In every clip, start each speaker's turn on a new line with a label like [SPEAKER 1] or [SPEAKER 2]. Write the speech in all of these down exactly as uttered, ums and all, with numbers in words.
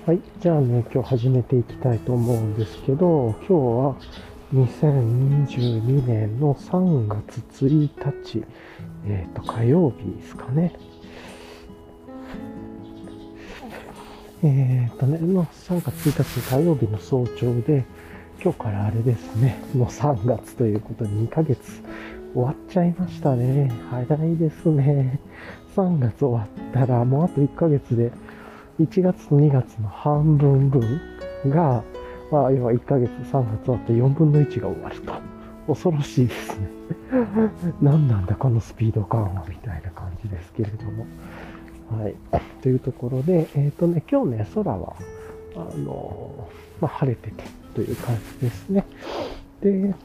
[SPEAKER 1] はい。じゃあね、今日始めていきたいと思うんですけど、今日はにせんにじゅうにねんのさんがつついたち、えっと、火曜日ですかね。えっとね、のさんがつついたち火曜日の早朝で、今日からあれですね、もうさんがつということでにかげつ終わっちゃいましたね。早いですね。さんがつ終わったら、もうあといっかげつで、いちがつとにがつの半分分が、まあ、要はいっかげつ、さんがつ終わってよんぶんのいちが終わると。恐ろしいですね。何なんだこのスピード感は、みたいな感じですけれども。はい。というところで、えっ、ー、とね、今日ね、空は、あの、まあ、晴れててという感じですね。で、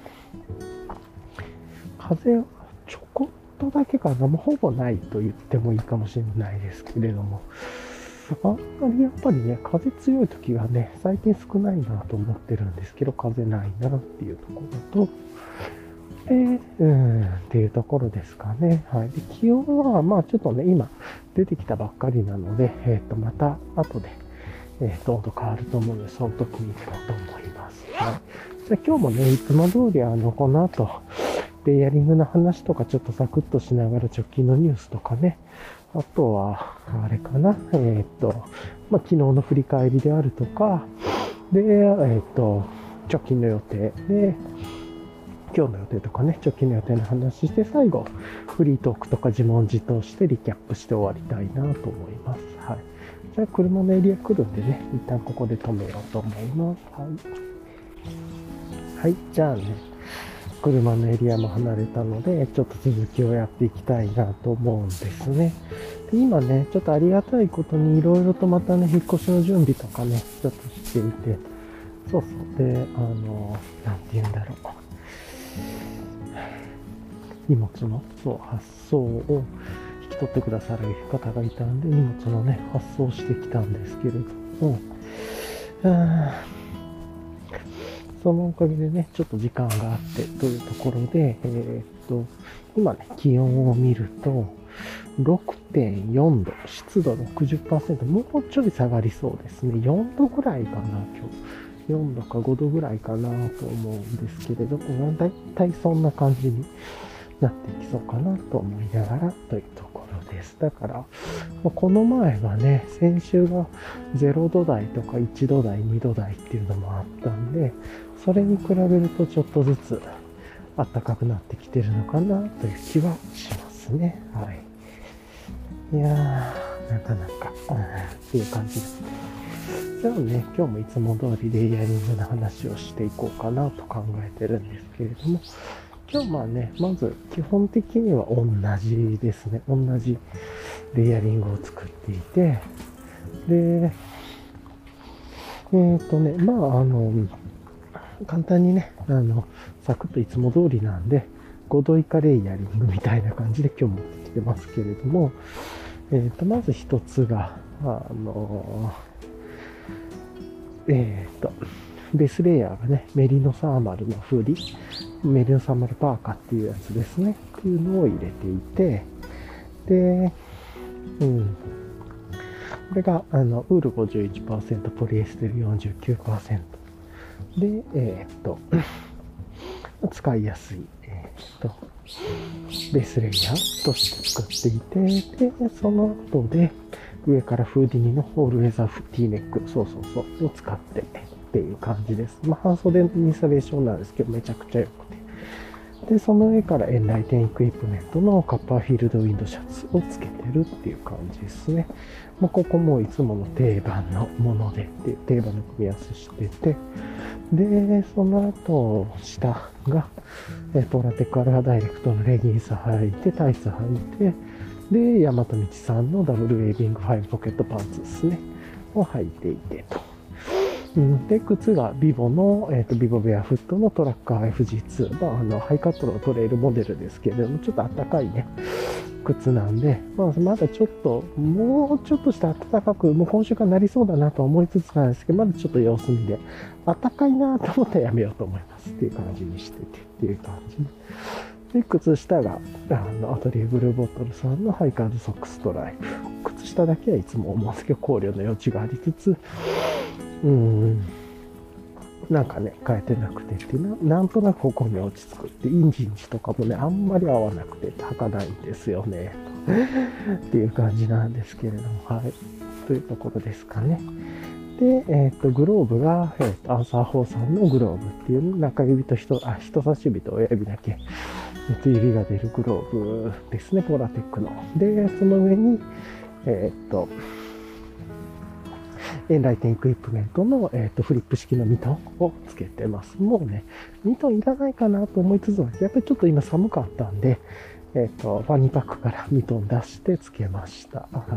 [SPEAKER 1] 風はちょこっとだけかな、もうほぼないと言ってもいいかもしれないですけれども、あんまりやっぱりね、風強い時がね、最近少ないなと思ってるんですけど、風ないなっていうところと、で、うん、っていうところですかね。はい。で、気温は、まあちょっとね、今出てきたばっかりなので、えっ、ー、と、また後で、えー、どんどん変わると思うので、その時見てようと思います。はい。じゃあ今日もね、いつも通り、あの、この後、レイヤリングの話とかちょっとサクッとしながら直近のニュースとかね、あとは、あれかな、えー、っと、まあ、昨日の振り返りであるとか、で、えー、っと、直近の予定で、今日の予定とかね、直近の予定の話して、最後、フリートークとか自問自答してリキャップして終わりたいなと思います。はい。じゃあ、車のエリア来るんでね、一旦ここで止めようと思います。はい。はい、じゃあね、車のエリアも離れたので、ちょっと続きをやっていきたいなと思うんですね。で今ね、ちょっとありがたいことにいろいろとまたね、引っ越しの準備とかね、ちょっとしていて、そうそう。で、あの、なんて言うんだろう。荷物のそう発送を引き取ってくださる方がいたんで、荷物のね、発送してきたんですけれども、そのおかげでね、ちょっと時間があってというところで、えー、っと、今ね、気温を見ると、ろくてんよんど、湿度 ろくじゅっパーセント、もうちょい下がりそうですね。よんどぐらいかな、今日。よんどかごどぐらいかなと思うんですけれども、だいたいそんな感じになっていきそうかなと思いながらというところです。だから、この前はね、先週がぜろど台とかいちど台、にど台っていうのもあったんで、それに比べるとちょっとずつ暖かくなってきてるのかなという気はしますね。はい。いやー、なかなか、うん、っていう感じですね。じゃあね、今日もいつも通りレイヤリングの話をしていこうかなと考えてるんですけれども、今日まあね、まず基本的には同じですね。同じレイヤリングを作っていて、で、えっ、ー、とね、まああの、簡単にね、あの、サクッといつも通りなんで、ごど以下レイヤリングみたいな感じで今日持ってきてますけれども、えっ、ー、と、まず一つが、あの、えっ、ー、と、ベースレイヤーがね、メリノサーマルのフーディ、メリノサーマルパーカっていうやつですね。っていうのを入れていて、で、うん。これが、あの、ウール ごじゅういちパーセント、ポリエステル よんじゅうきゅうパーセント。で、えー、っと、使いやすい、えー、っと、ベースレイヤーとして作っていて、で、その後で、上からフーディニのオールウェザーフティーネック、そうそうそう、を使ってっていう感じです。まあ、半袖のインスタレーションなんですけど、めちゃくちゃ良くて。で、その上からエンライテンエクイプメントのカッパーフィールドウィンドシャツをつけてるっていう感じですね。まあ、ここもいつもの定番のものでっていう定番の組み合わせしてて、で、その後、下が、えポーラテックアルファダイレクトのレギンス履いて、タイツ履いて、で、ヤマトミチさんのダブルウェービングファイブポケットパンツですね。を履いていてと。うん、で、靴がビボの、えっ、ー、と、ビボベアフットのトラッカー エフジーツー。まあ、あの、ハイカットのトレイルモデルですけれども、ちょっと暖かいね、靴なんで、まあ、まだちょっと、もうちょっとした暖かく、もう今週からなりそうだなと思いつつなんですけど、まだちょっと様子見で、暖かいなと思ったらやめようと思いますっていう感じにしててっていう感じ。 で、靴下が、あの、アトリエブルーボトルさんのハイカーズソックストライプ。靴下だけはいつも思うんですけど、考慮の余地がありつつ、うーん、なんかね、変えてなくてっていうな、なんとなくここに落ち着くって、インジンジとかもね、あんまり合わなくて履かないんですよね、っていう感じなんですけれども、はい。というところですかね。で、えっ、ー、と、グローブが、えっ、ー、と、アンサーフォーさんのグローブっていう、中指と人、あ、人差し指と親指だけ、指が出るグローブですね、ポラテックの。で、その上に、えっ、ー、と、エンライテンエクイプメントの、えー、とフリップ式のミトンをつけてます。もうね、ミトンいらないかなと思いつつも、やっぱりちょっと今寒かったんで、えっ、ー、と、ファニーパックからミトン出してつけました。はい。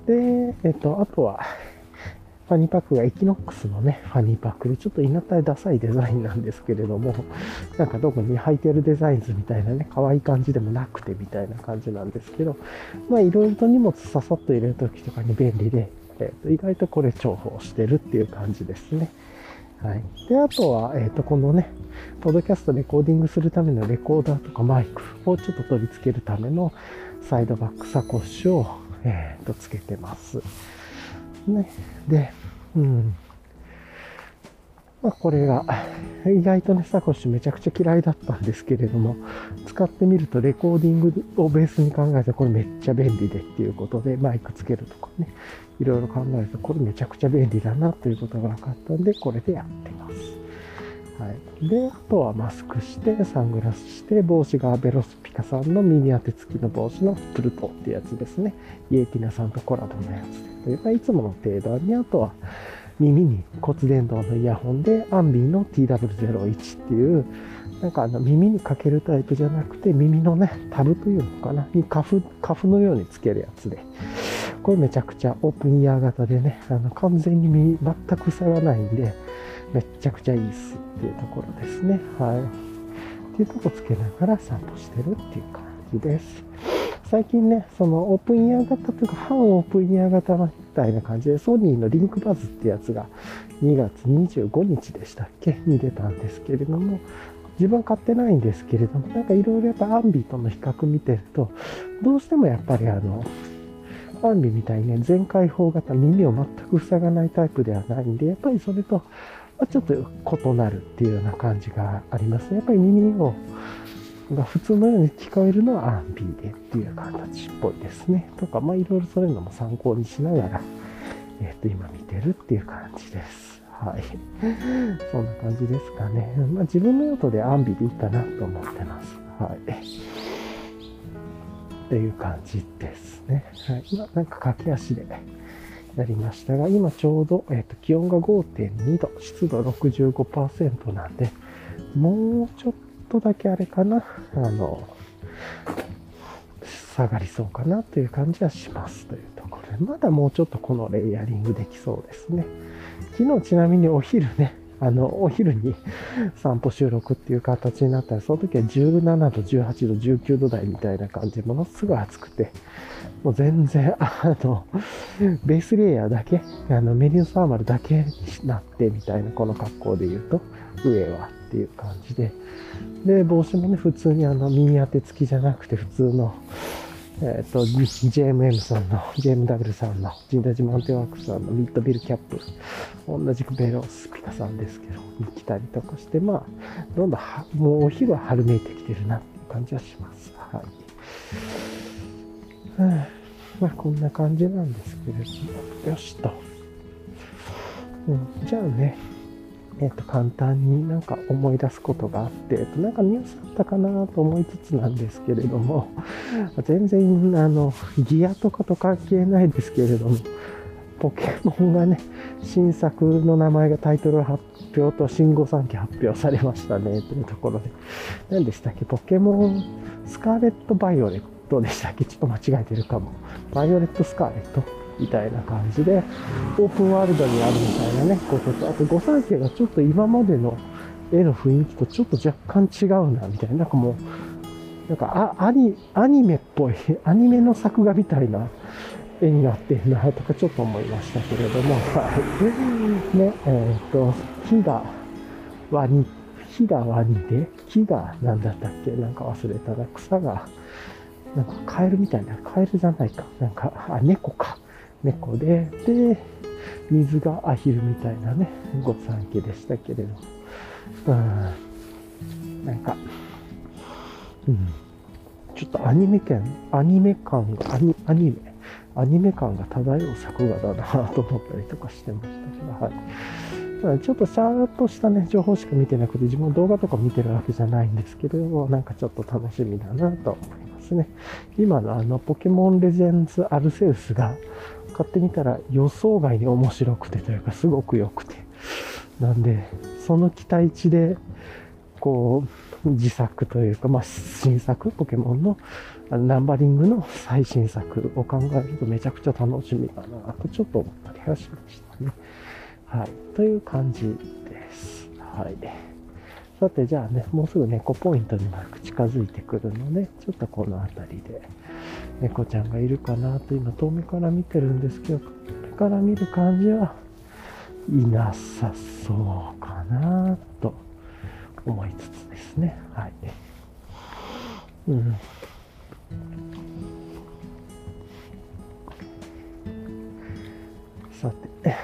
[SPEAKER 1] で、えっ、ー、と、あとは、ファニーパックがエキノックスのね、ファニーパックで、ちょっと稲たダサいデザインなんですけれども、なんか特に履いてるデザイン図みたいなね、可愛い感じでもなくてみたいな感じなんですけど、まあいろいろと荷物ささっと入れるときとかに便利で、えー、と意外とこれ重宝してるっていう感じですね。はい。で、あとは、えっ、ー、と、このね、ポッドキャストレコーディングするためのレコーダーとかマイクをちょっと取り付けるためのサイドバックサコッシュを、えっ、ー、と、つけてます。ね。で、うん。まあ、これが、意外とね、サコッシュめちゃくちゃ嫌いだったんですけれども、使ってみるとレコーディングをベースに考えてこれめっちゃ便利でっていうことで、マイクつけるとかね、いろいろ考えるとこれめちゃくちゃ便利だなということが分かったんで、これでやってます。はい。で、あとはマスクして、サングラスして、帽子がベロスピカさんの耳当て付きの帽子のプルトってやつですね。イエティナさんとコラボのやつで。まあ、いつもの程度に、あとは耳に骨伝導のイヤホンで、アンビーの ティーダブリューゼロいち っていう、なんかあの耳にかけるタイプじゃなくて、耳のね、タブというのかな、にカフ、カフのようにつけるやつで。これめちゃくちゃオープンイヤー型でね、あの完全に耳全く塞がないんで、めっちゃくちゃいいっすっていうところですね。はい。っていうとこつけながら散歩してるっていう感じです。最近ね、そのオープンイヤー型というか、半オープンイヤー型みたいな感じで、ソニーのリンクバズってやつがにがつにじゅうごにちでしたっけに出たんですけれども、自分は買ってないんですけれども、なんかいろいろやっぱアンビとの比較見てると、どうしてもやっぱりあの、アンビみたいにね、全開放型、耳を全く塞がないタイプではないんで、やっぱりそれと、ちょっと異なるっていうような感じがありますね。やっぱり耳をが普通のように聞こえるのはアンビーでっていう形っぽいですね。とか、まあいろいろそういうのも参考にしながら、えっと、今見てるっていう感じです。はい。そんな感じですかね。まあ自分の用途でアンビでいいかなと思ってます。はい。っていう感じですね。はい。まあなんか駆け足でやりましたが、今ちょうど、えっと、気温が ごてんにど、湿度 ろくじゅうごパーセント なんで、もうちょっとだけあれかな、あの、下がりそうかなという感じはしますというところで、まだもうちょっとこのレイヤリングできそうですね。昨日ちなみにお昼ね、あの、お昼に散歩収録っていう形になったら、その時はじゅうななど、じゅうはちど、じゅうきゅうど台みたいな感じで、ものすごい暑くて、もう全然、あの、ベースレイヤーだけ、あの、メリノサーマルだけになってみたいな、この格好で言うと、上はっていう感じで、で、帽子もね、普通にあの、耳当て付きじゃなくて、普通の、えっと、ジェーエムエム さんの、ジェーエムダブリュー さんの、ジンダジマウンテンワークスさんのミッドビルキャップ、同じくベロスピカさんですけど、に来たりとかして、まあ、どんどんは、もうお昼は春めいてきてるなっていう感じはします。はい。はあ、まあ、こんな感じなんですけれども、よしと。うん、じゃあね、えっと、簡単になんか思い出すことがあって、えっと、なんかニュースあったかなと思いつつなんですけれども、全然、あの、ギアとかと関係ないですけれども、ポケモンがね、新作の名前がタイトル発表と新御三家発表されましたね、というところで。何でしたっけ？ポケモンスカーレット・バイオレットでしたっけ？ちょっと間違えてるかも。バイオレット・スカーレットみたいな感じで、オープンワールドにあるみたいなね、ことと、あと御三家がちょっと今までの絵の雰囲気とちょっと若干違うな、みたいな。なんかもう、なんかあアニ、アニメっぽい、アニメの作画みたいな絵になってるなとかちょっと思いましたけれども、はい。ね、えっと、火がワニ、 木がワニで、木が何だったっけ、なんか忘れたな、草が、なんかカエルみたいな、カエルじゃないか、なんか、あ、猫か、猫で、で、水がアヒルみたいなね、御三家でしたけれど、うん、なんか、うん、ちょっとアニメ感、アニメ感が、アニアニメ、アニメ感が漂う作画だなと思ったりとかしてましたけど、はい。ちょっとシャーっとしたね、情報しか見てなくて、自分動画とか見てるわけじゃないんですけれども、なんかちょっと楽しみだなと思いますね。今のあの、ポケモンレジェンズアルセウスが、買ってみたら予想外に面白くてというか、すごく良くて。なんで、その期待値で、こう、自作というか、まあ、新作、ポケモンのナンバリングの最新作を考えるとめちゃくちゃ楽しみだなとちょっと思ったりはしましたね。はい。という感じです。はい。さて、じゃあね、もうすぐ猫ポイントにも近づいてくるので、ちょっとこの辺りで猫ちゃんがいるかなと今遠目から見てるんですけど、遠目から見る感じはいなさそうかなと思いつつですね。はい。うん。さて。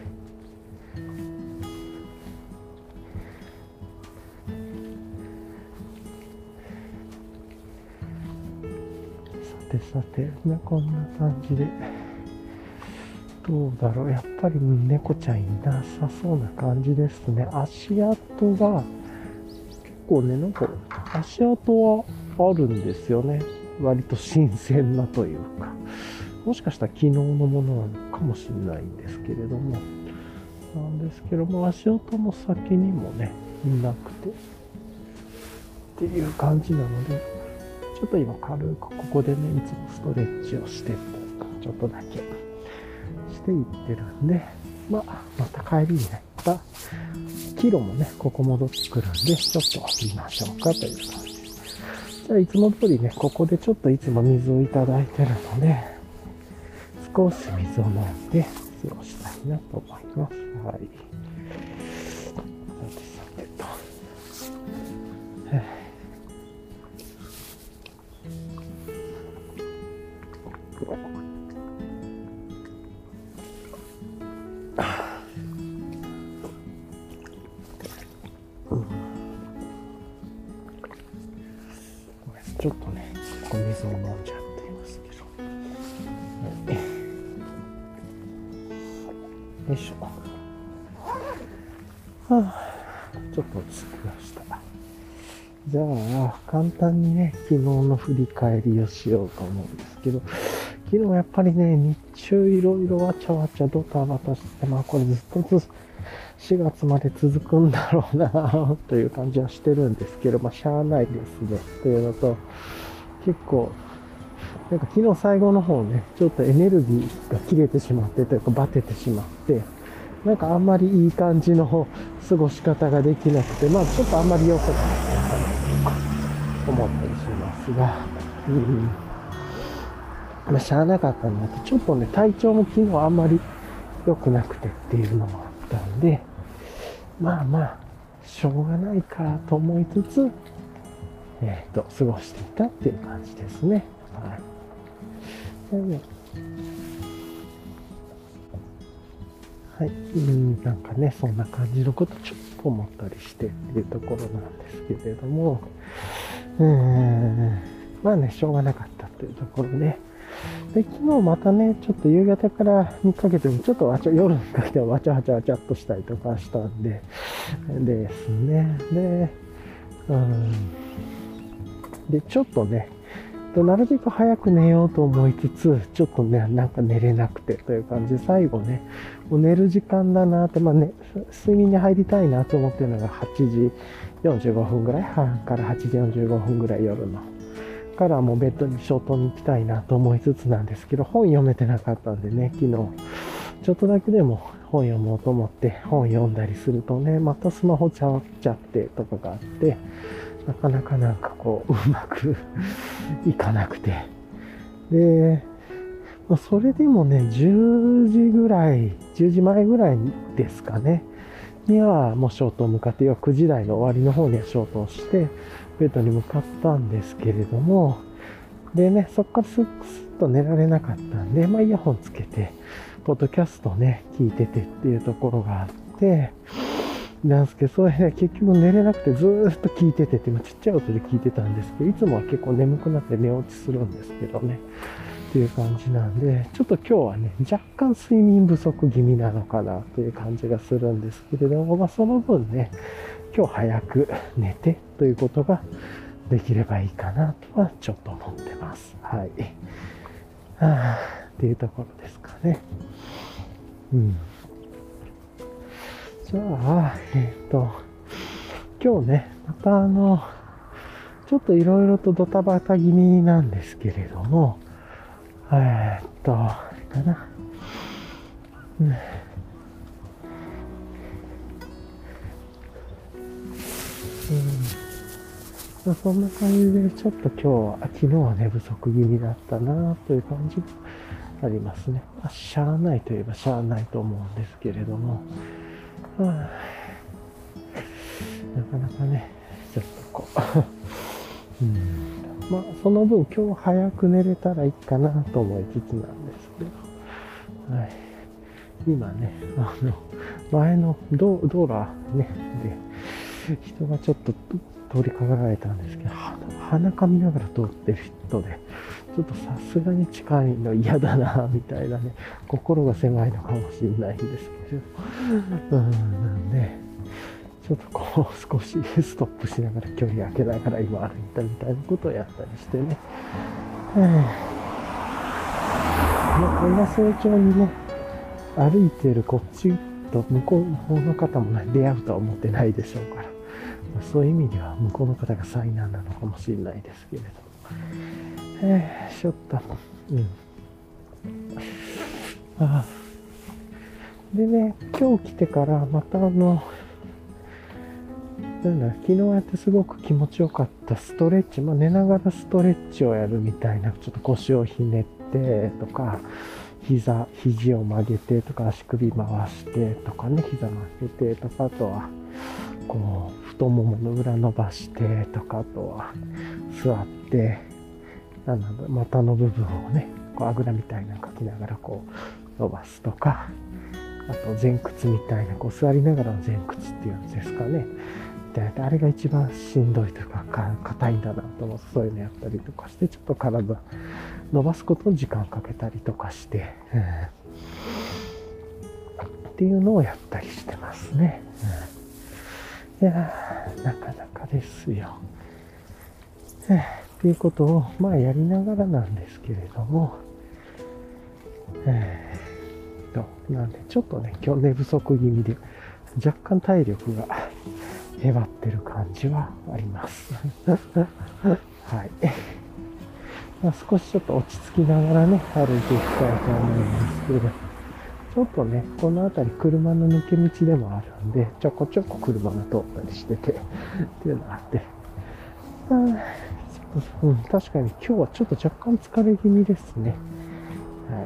[SPEAKER 1] さてさて、ね、こんな感じで、どうだろう、やっぱり猫ちゃんいなさそうな感じですね。足跡が、結構ね、なんか、足跡はあるんですよね。割と新鮮なというか、もしかしたら昨日のものなのかもしれないんですけれども、なんですけども、足音の先にもね、いなくて、っていう感じなので、ちょっと今軽くここでね、いつもストレッチをしてちょっとだけしていってるんで、まあ、また帰りになったキロもね、ここ戻ってくるんで、ちょっと見ましょうかという感じです。じゃあ、いつも通りね、ここでちょっといつも水をいただいてるので、少し水を飲んで過ごしたいなと思います。はい。さてさてと。ちょっとね、お水を飲んじゃっていますけど。はい、よいしょ。はあ、ちょっと落ち着きました。じゃあ、簡単にね、昨日の振り返りをしようと思うんですけど、昨日やっぱりね、日中いろいろわちゃわちゃドタバタして、まあこれずっとずしがつまで続くんだろうなという感じはしてるんですけど、まあしゃあないですね。というのと、結構、なんか昨日最後の方ね、ちょっとエネルギーが切れてしまってというかバテてしまって、なんかあんまりいい感じの過ごし方ができなくて、まあちょっとあんまり良くないなと思ったりしますが、うん、まあしゃあなかったなと、ちょっとね、体調も昨日あんまり良くなくてっていうのもあったんで、まあまあ、しょうがないかと思いつつ、えっと、過ごしていたっていう感じですね。はい。でね、はい。うん、なんかね、そんな感じのことちょっと思ったりしてっていうところなんですけれども、うーん、まあね、しょうがなかったというところで、で、昨日またね、ちょっと夕方からにかけても、ちょっとわちゃ、夜にかけてはわちゃわちゃわちゃっとしたりとかしたんで、ですね。で、うん、で、ちょっとね、なるべく早く寝ようと思いつつ、ちょっとね、なんか寝れなくてという感じで、最後ね、もう寝る時間だなって、まあね、睡眠に入りたいなと思ってるのがはちじよんじゅうごふんぐらい、からはちじよんじゅうごふんぐらい夜の。からもうベッドに消灯に行きたいなと思いつつなんですけど、本読めてなかったんでね、昨日、ちょっとだけでも本読もうと思って本読んだりするとね、またスマホ触っちゃってとかがあって、なかなかなんかこう、うまくいかなくて。で、それでもね、じゅうじぐらい、じゅうじまえぐらいですかね。 にはもうショートを向かって、要はくじ台の終わりの方にはショートをして、ベッドに向かったんですけれども、でね、そこからスッスッと寝られなかったんで、まあイヤホンつけて、ポッドキャストね、聞いててっていうところがあって、なんですけど、それね、結局寝れなくてずーっと聞いててって、ちっちゃい音で聞いてたんですけど、いつもは結構眠くなって寝落ちするんですけどね、っていう感じなんで、ちょっと今日はね、若干睡眠不足気味なのかなという感じがするんですけれども、まあその分ね、今日早く寝てということができればいいかなとはちょっと思ってます。はい。はぁ、っていうところですかね。うん。じゃあ、えっと、今日ね、またあの、ちょっといろいろとドタバタ気味なんですけれども、えーっと、あれかな。うん。うん、そんな感じで、ちょっと今日は、昨日は寝不足気味だったなという感じがありますね。まあ、しゃあないといえばしゃあないと思うんですけれども、はあ、なかなかね、ちょっとこう、うん、まあ、その分今日早く寝れたらいいかなと思いつつなんですけど、はい、今ね、あの、前の道道路ね、で、人がちょっと通りかかられたんですけど、鼻かみながら通ってる人で、ちょっとさすがに近いの嫌だな、みたいなね、心が狭いのかもしれないんですけど、うん、なんで、ちょっとこう少しストップしながら距離開けながら今歩いたみたいなことをやったりしてね。まあ、こんな早朝にね、歩いてるこっちと向こうの方もね、出会うとは思ってないでしょうから、まあ、そういう意味では向こうの方が災難なのかもしれないですけれども。えー、ちょっと、うん。ああ。でね、今日来てからまたあの、なんだ、昨日やってすごく気持ちよかったストレッチ、まあ、寝ながらストレッチをやるみたいな、ちょっと腰をひねってとか、膝、肘を曲げてとか、足首回してとかね、膝曲げてとか、あとは、こう、太ももの裏伸ばしてとか、あとは、座って、あの、股の部分をね、こう、あぐらみたいなのかきながらこう、伸ばすとか、あと前屈みたいな、こう、座りながらの前屈っていうんですかね。あれが一番しんどいというか、硬いんだなと思って、そういうのやったりとかして、ちょっと体伸ばすことに時間かけたりとかして、うん、っていうのをやったりしてますね。うん、いやー、なかなかですよ。っていうことを、まあやりながらなんですけれども、えー、と、なんでちょっとね、今日寝不足気味で、若干体力がへばってる感じはあります。はい。まあ、少しちょっと落ち着きながらね、歩いていきたいと思いますけど、ちょっとね、この辺り車の抜け道でもあるんで、ちょこちょこ車が通ったりしてて、っていうのがあって、あーちょっと、うん、確かに今日はちょっと若干疲れ気味ですね。はい。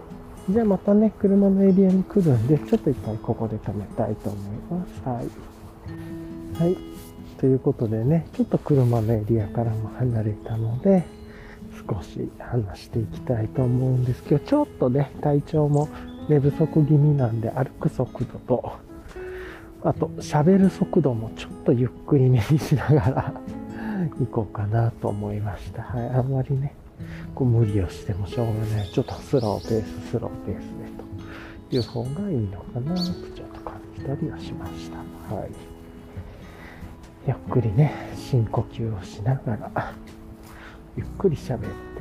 [SPEAKER 1] じゃあまたね、車のエリアに来るんで、ちょっと一回ここで止めたいと思います。はい。はい。ということでね、ちょっと車のエリアからも離れたので、少し話していきたいと思うんですけど、ちょっとね、体調も寝不足気味なんで、歩く速度と、あと喋る速度もちょっとゆっくりめにしながら行こうかなと思いました。はい。あんまりね、こう無理をしてもしょうがない。ちょっとスローペース、スローペースでという方がいいのかなとちょっと感じたりはしました。はい。ゆっくりね、深呼吸をしながら、ゆっくり喋って、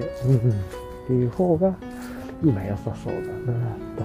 [SPEAKER 1] うん、っていう方が今良さそうだなと。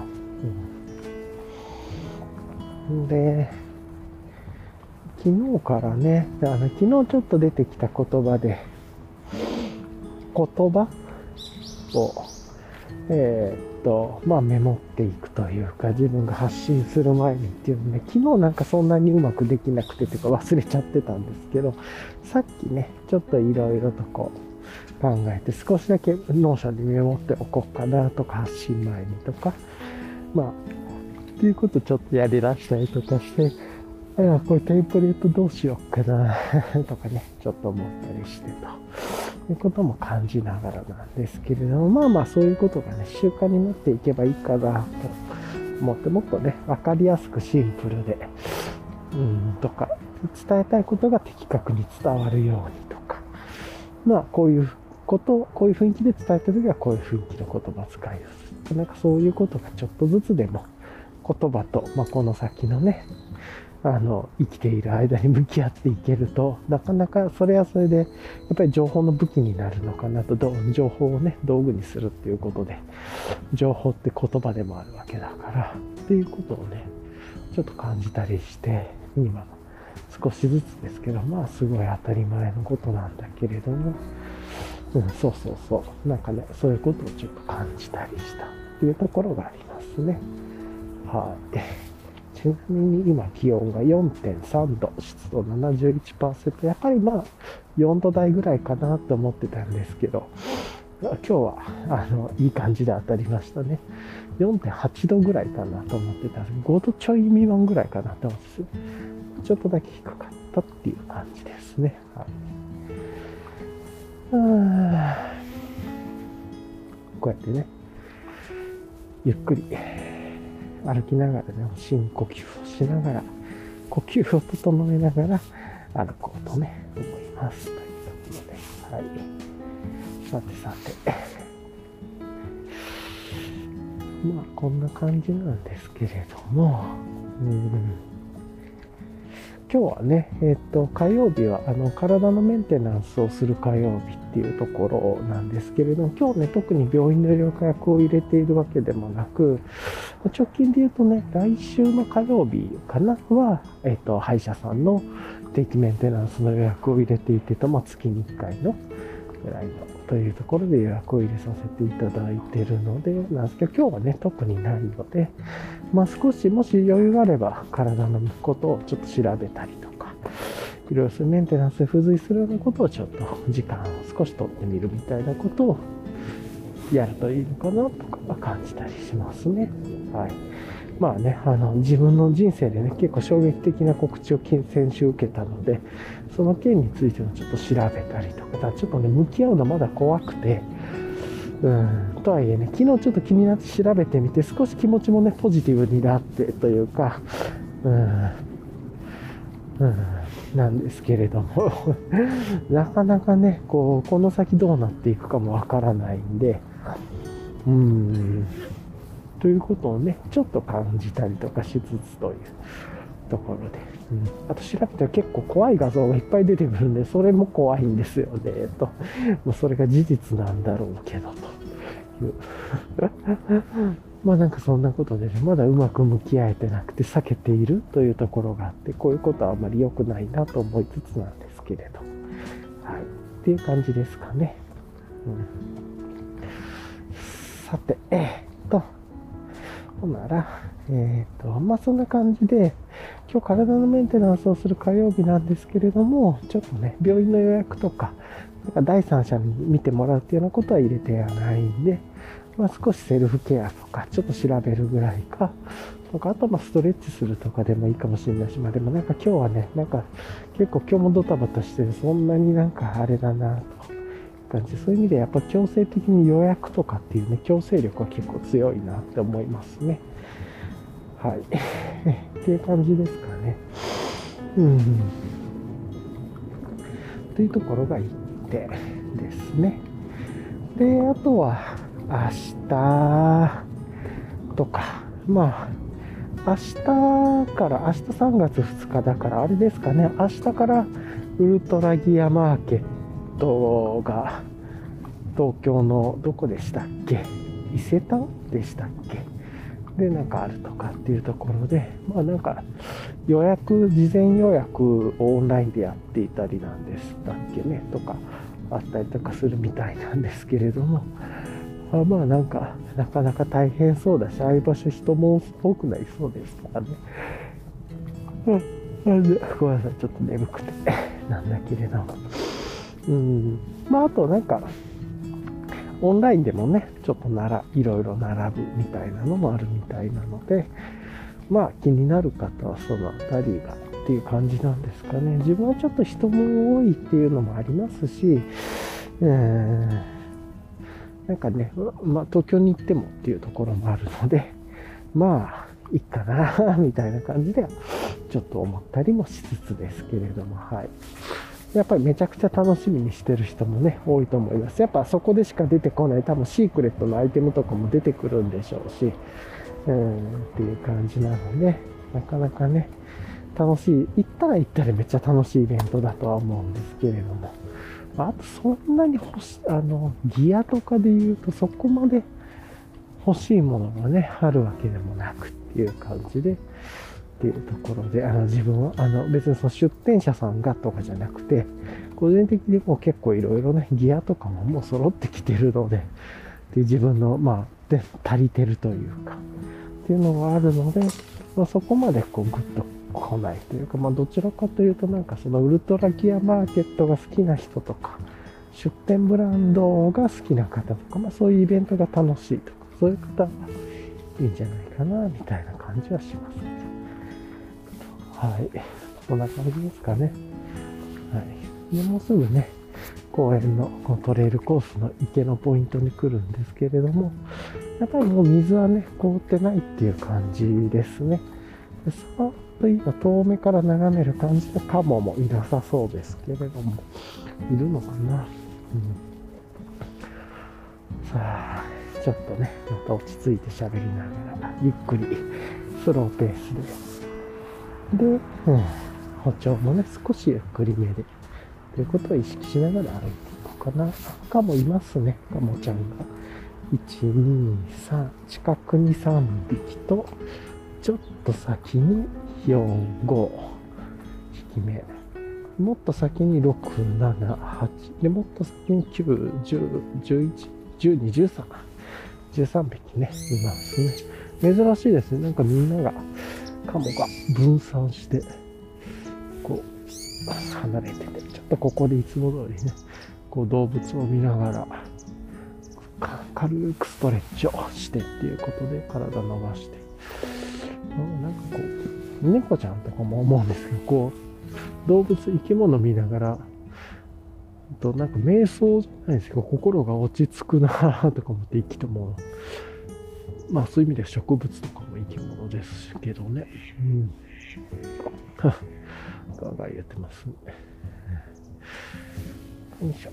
[SPEAKER 1] うん、で、昨日からね、あの昨日ちょっと出てきた言葉で、言葉を、えー、っと、まあメモっていくというか、自分が発信する前にっていうのね、昨日なんかそんなにうまくできなくてというか忘れちゃってたんですけど、さっきね、ちょっといろいろとこう考えて少しだけノーションにメモっておこうかなとか、発信前にとか、まあ、っていうことちょっとやり出したりとかして、 いや、これテンプレートどうしようかなとかね、ちょっと思ったりしてと。いうことも感じながらなんですけれども、まあまあそういうことがね、習慣になっていけばいいかなと思って、もっとね、わかりやすくシンプルで、うん、とか、伝えたいことが的確に伝わるようにとか、まあこういうことを、こういう雰囲気で伝えたときはこういう雰囲気の言葉を使いやすい。なんかそういうことがちょっとずつでも言葉と、まあ、この先のね、あの、生きている間に向き合っていけると、なかなかそれはそれで、やっぱり情報の武器になるのかなと、情報をね、道具にするっていうことで、情報って言葉でもあるわけだから、っていうことをね、ちょっと感じたりして、今、少しずつですけど、まあ、すごい当たり前のことなんだけれども、うん、そうそうそう、なんかね、そういうことをちょっと感じたりしたっていうところがありますね。はい。ちなみに今気温が よんてんさん 度、湿度 ななじゅういちパーセント、やっぱりまあよんど台ぐらいかなと思ってたんですけど、今日はあのいい感じで当たりましたね。よんてんはち 度ぐらいかなと思ってたんですけど、ごどちょい未満ぐらいかなと思って、ちょっとだけ低かったっていう感じですね。はい、あこうやってね、ゆっくり歩きながらね、深呼吸をしながら、呼吸を整えながら歩こうとね、思います。というところで、はい。さてさて。まあ、こんな感じなんですけれども、うん、今日はね、えっと、火曜日は、あの、体のメンテナンスをする火曜日っていうところなんですけれども、今日ね、特に病院の予約を入れているわけでもなく、直近で言うとね、来週の火曜日かなは、えっと、歯医者さんの定期メンテナンスの予約を入れていてと、まあ、月にいっかいのぐらいのというところで予約を入れさせていただいているので、なんですけど、今日はね、特にないので、まあ、少し、もし余裕があれば、体のことをちょっと調べたりとか、いろいろメンテナンスで付随するようなことをちょっと時間を少し取ってみるみたいなことをやるといいのかなとか感じたりしますね。はい。まあね、あの、自分の人生でね、結構衝撃的な告知を先週受けたので、その件についてもちょっと調べたりとか、ちょっとね、向き合うのまだ怖くて、うん、とはいえね、昨日ちょっと気になって調べてみて、少し気持ちもね、ポジティブになってというか、うん、うん、なんですけれども、なかなかね、こう、この先どうなっていくかもわからないんで、うーん、ということをね、ちょっと感じたりとかしつつというところで、うん、あと調べたら結構怖い画像がいっぱい出てくるんで、それも怖いんですよね、と。もうそれが事実なんだろうけど、という。まあなんかそんなことでね、まだうまく向き合えてなくて避けているというところがあって、こういうことはあまり良くないなと思いつつなんですけれど。はい。っていう感じですかね。うん、さて、えー、っと、ほんなら、えー、っと、まあそんな感じで、今日体のメンテナンスをする火曜日なんですけれども、ちょっとね、病院の予約とか、なんか第三者に見てもらうっていうようなことは入れてはないんで、まあ、少しセルフケアとか、ちょっと調べるぐらいか、とか、あとまあストレッチするとかでもいいかもしれないし、まあでもなんか今日はね、なんか結構今日もドタバタしてる、そんなになんかあれだなと感じで、そういう意味でやっぱ強制的に予約とかっていうね、強制力は結構強いなって思いますね。はい。っていう感じですかね。うん。というところがいってですね。で、あとは、明日とか、まあ、明日から、明日さんがつふつかだから、あれですかね、明日からウルトラギアマーケットが、東京のどこでしたっけ、伊勢丹でしたっけで、なんかあるとかっていうところで、まあなんか予約、事前予約をオンラインでやっていたりなんでしたっけね、とかあったりとかするみたいなんですけれども、あまあなんか、なかなか大変そうだし、ああいう場所人も多くなりそうですからね。うん。なんで、ごめんなさい、ちょっと眠くて、なんだけれども。うん。まああとなんか、オンラインでもね、ちょっとなら、いろいろ並ぶみたいなのもあるみたいなので、まあ気になる方はそのあたりがっっていう感じなんですかね。自分はちょっと人も多いっていうのもありますし、えー、なんかね、まあ、東京に行ってもっていうところもあるので、まあ、いいかな、みたいな感じでは、ちょっと思ったりもしつつですけれども、はい。やっぱりめちゃくちゃ楽しみにしてる人もね、多いと思います。やっぱそこでしか出てこない、多分シークレットのアイテムとかも出てくるんでしょうし、うん、っていう感じなので、なかなかね、楽しい、行ったら行ったらめっちゃ楽しいイベントだとは思うんですけれども、あとそんなに欲し、あの、ギアとかで言うとそこまで欲しいものがね、あるわけでもなくっていう感じで、っていうところで、あの、自分は、あの、別にその出店者さんがとかじゃなくて、個人的にもう結構いろいろね、ギアとかももう揃ってきてるので、で自分の、まあ、で、足りてるというか、っていうのがあるので、まあ、そこまでこう、グッと来ないというか、まあ、どちらかというと、なんかそのウルトラギアマーケットが好きな人とか、出店ブランドが好きな方とか、まあ、そういうイベントが楽しいとか、そういう方はいいんじゃないかな、みたいな感じはしますけど。はい。こんな感じですかね。はい。でもうすぐね、公園のこのトレイルコースの池のポイントに来るんですけれども、やっぱりもう水はね、凍ってないっていう感じですね。でさーっと今遠目から眺める感じでカモもいなさそうですけれども、いるのかな、うん、さあ、ちょっとね、また落ち着いて喋りながら、ゆっくりスローペースで、で、うん、歩調もね、少しゆっくりめで、ということを意識しながら歩いていこうかな。カモいますね、カモちゃんが。いち、に、さん、近くにさんびきと、ちょっと先によん、ご匹目。もっと先にろく、なな、はち。で、もっと先にきゅう、じゅう、じゅういち、じゅうに、じゅうさん。じゅうさんびきね、いますね。珍しいですね。なんかみんなが、カモが分散して、こう、離れてて、ちょっとここでいつも通りね、こう動物を見ながら、軽くストレッチをしてっていうことで体伸ばして、なんかこう、猫ちゃんとかも思うんですけど、こう、動物、生き物見ながら、となんか瞑想じゃないですけど、心が落ち着くなぁとか思って生きても、まあそういう意味では植物とかも生き物ですけどね。うん。はぁ、ガーガー言ってますね。よいしょ。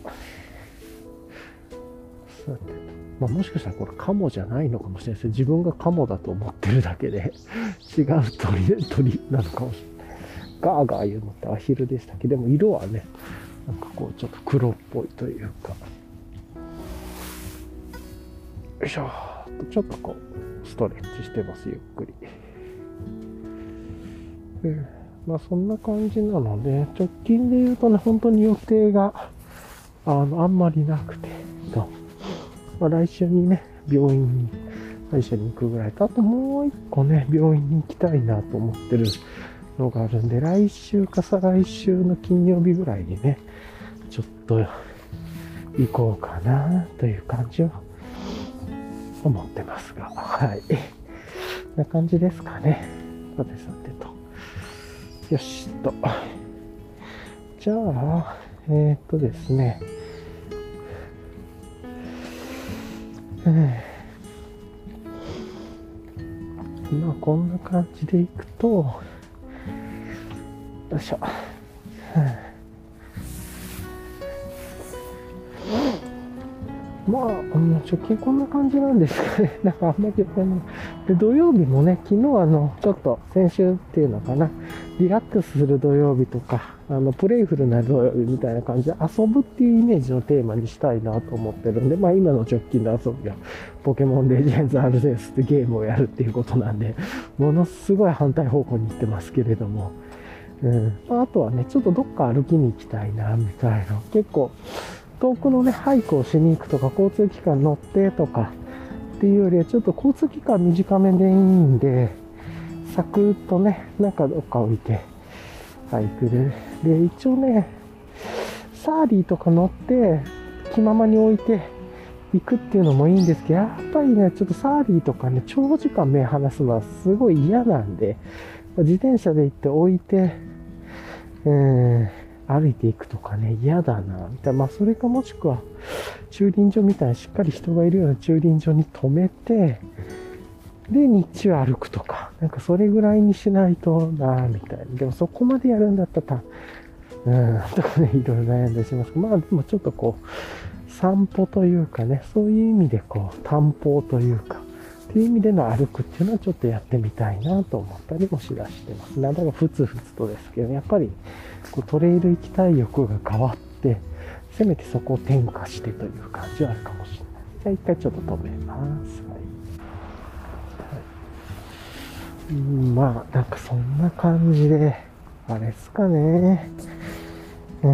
[SPEAKER 1] さて、まあ、もしかしたらこれカモじゃないのかもしれないですね。自分がカモだと思ってるだけで違う鳥、鳥なのかもしれない。ガーガー言うのってアヒルでしたっけど、でも色はね、なんかこうちょっと黒っぽいというか。よいしょ。ちょっとこうストレッチしてます、ゆっくり。えー、まあそんな感じなので、直近で言うとね、本当に予定があのあんまりなくてと。まあ、来週にね、病院に最初に行くぐらいと、あともう一個ね、病院に行きたいなと思ってるのがあるんで、来週か再来週の金曜日ぐらいにね、ちょっと行こうかなという感じは思ってますが、はい。こんな感じですかね。さてさてと。よしと。じゃあ、えー、っとですね、まあこんな感じでいくと、よいしょ。まあ、あの直近こんな感じなんですかね。なんかあんまりあので土曜日もね、昨日あのちょっと先週っていうのかな、リラックスする土曜日とか、あのプレイフルな土曜日みたいな感じで遊ぶっていうイメージのテーマにしたいなと思ってるんで、まあ今の直近の遊びはポケモンレジェンズアルゼウスってゲームをやるっていうことなんで、ものすごい反対方向に行ってますけれども、うん、あとはね、ちょっとどっか歩きに行きたいなみたいな、結構遠くのね、ハイクをしに行くとか、交通機関乗ってとかっていうよりは、ちょっと交通機関短めでいいんで、サクッとね、なんかどっか置いて、ハイクで。で、一応ね、サーリーとか乗って、気ままに置いて行くっていうのもいいんですけど、やっぱりね、ちょっとサーリーとかね、長時間目離すのはすごい嫌なんで、自転車で行って置いて、 えー、歩いていくとかね、嫌だな、みたいな。まあ、それかもしくは、駐輪場みたいなしっかり人がいるような駐輪場に止めて、で、日中歩くとか、なんかそれぐらいにしないとな、みたいな。でもそこまでやるんだったら、うん、とかね、いろいろ悩んだりしますけど、まあでもちょっとこう、散歩というかね、そういう意味でこう、探訪というか、っていう意味での歩くっていうのはちょっとやってみたいなと思ったりもしだしてます。なんだかふつふつとですけど、やっぱりこうトレイル行きたい欲が変わって、せめてそこを転化してという感じはあるかもしれない。じゃあ一回ちょっと止めます。はい。うん、まあ、なんかそんな感じで、あれですかね。うん、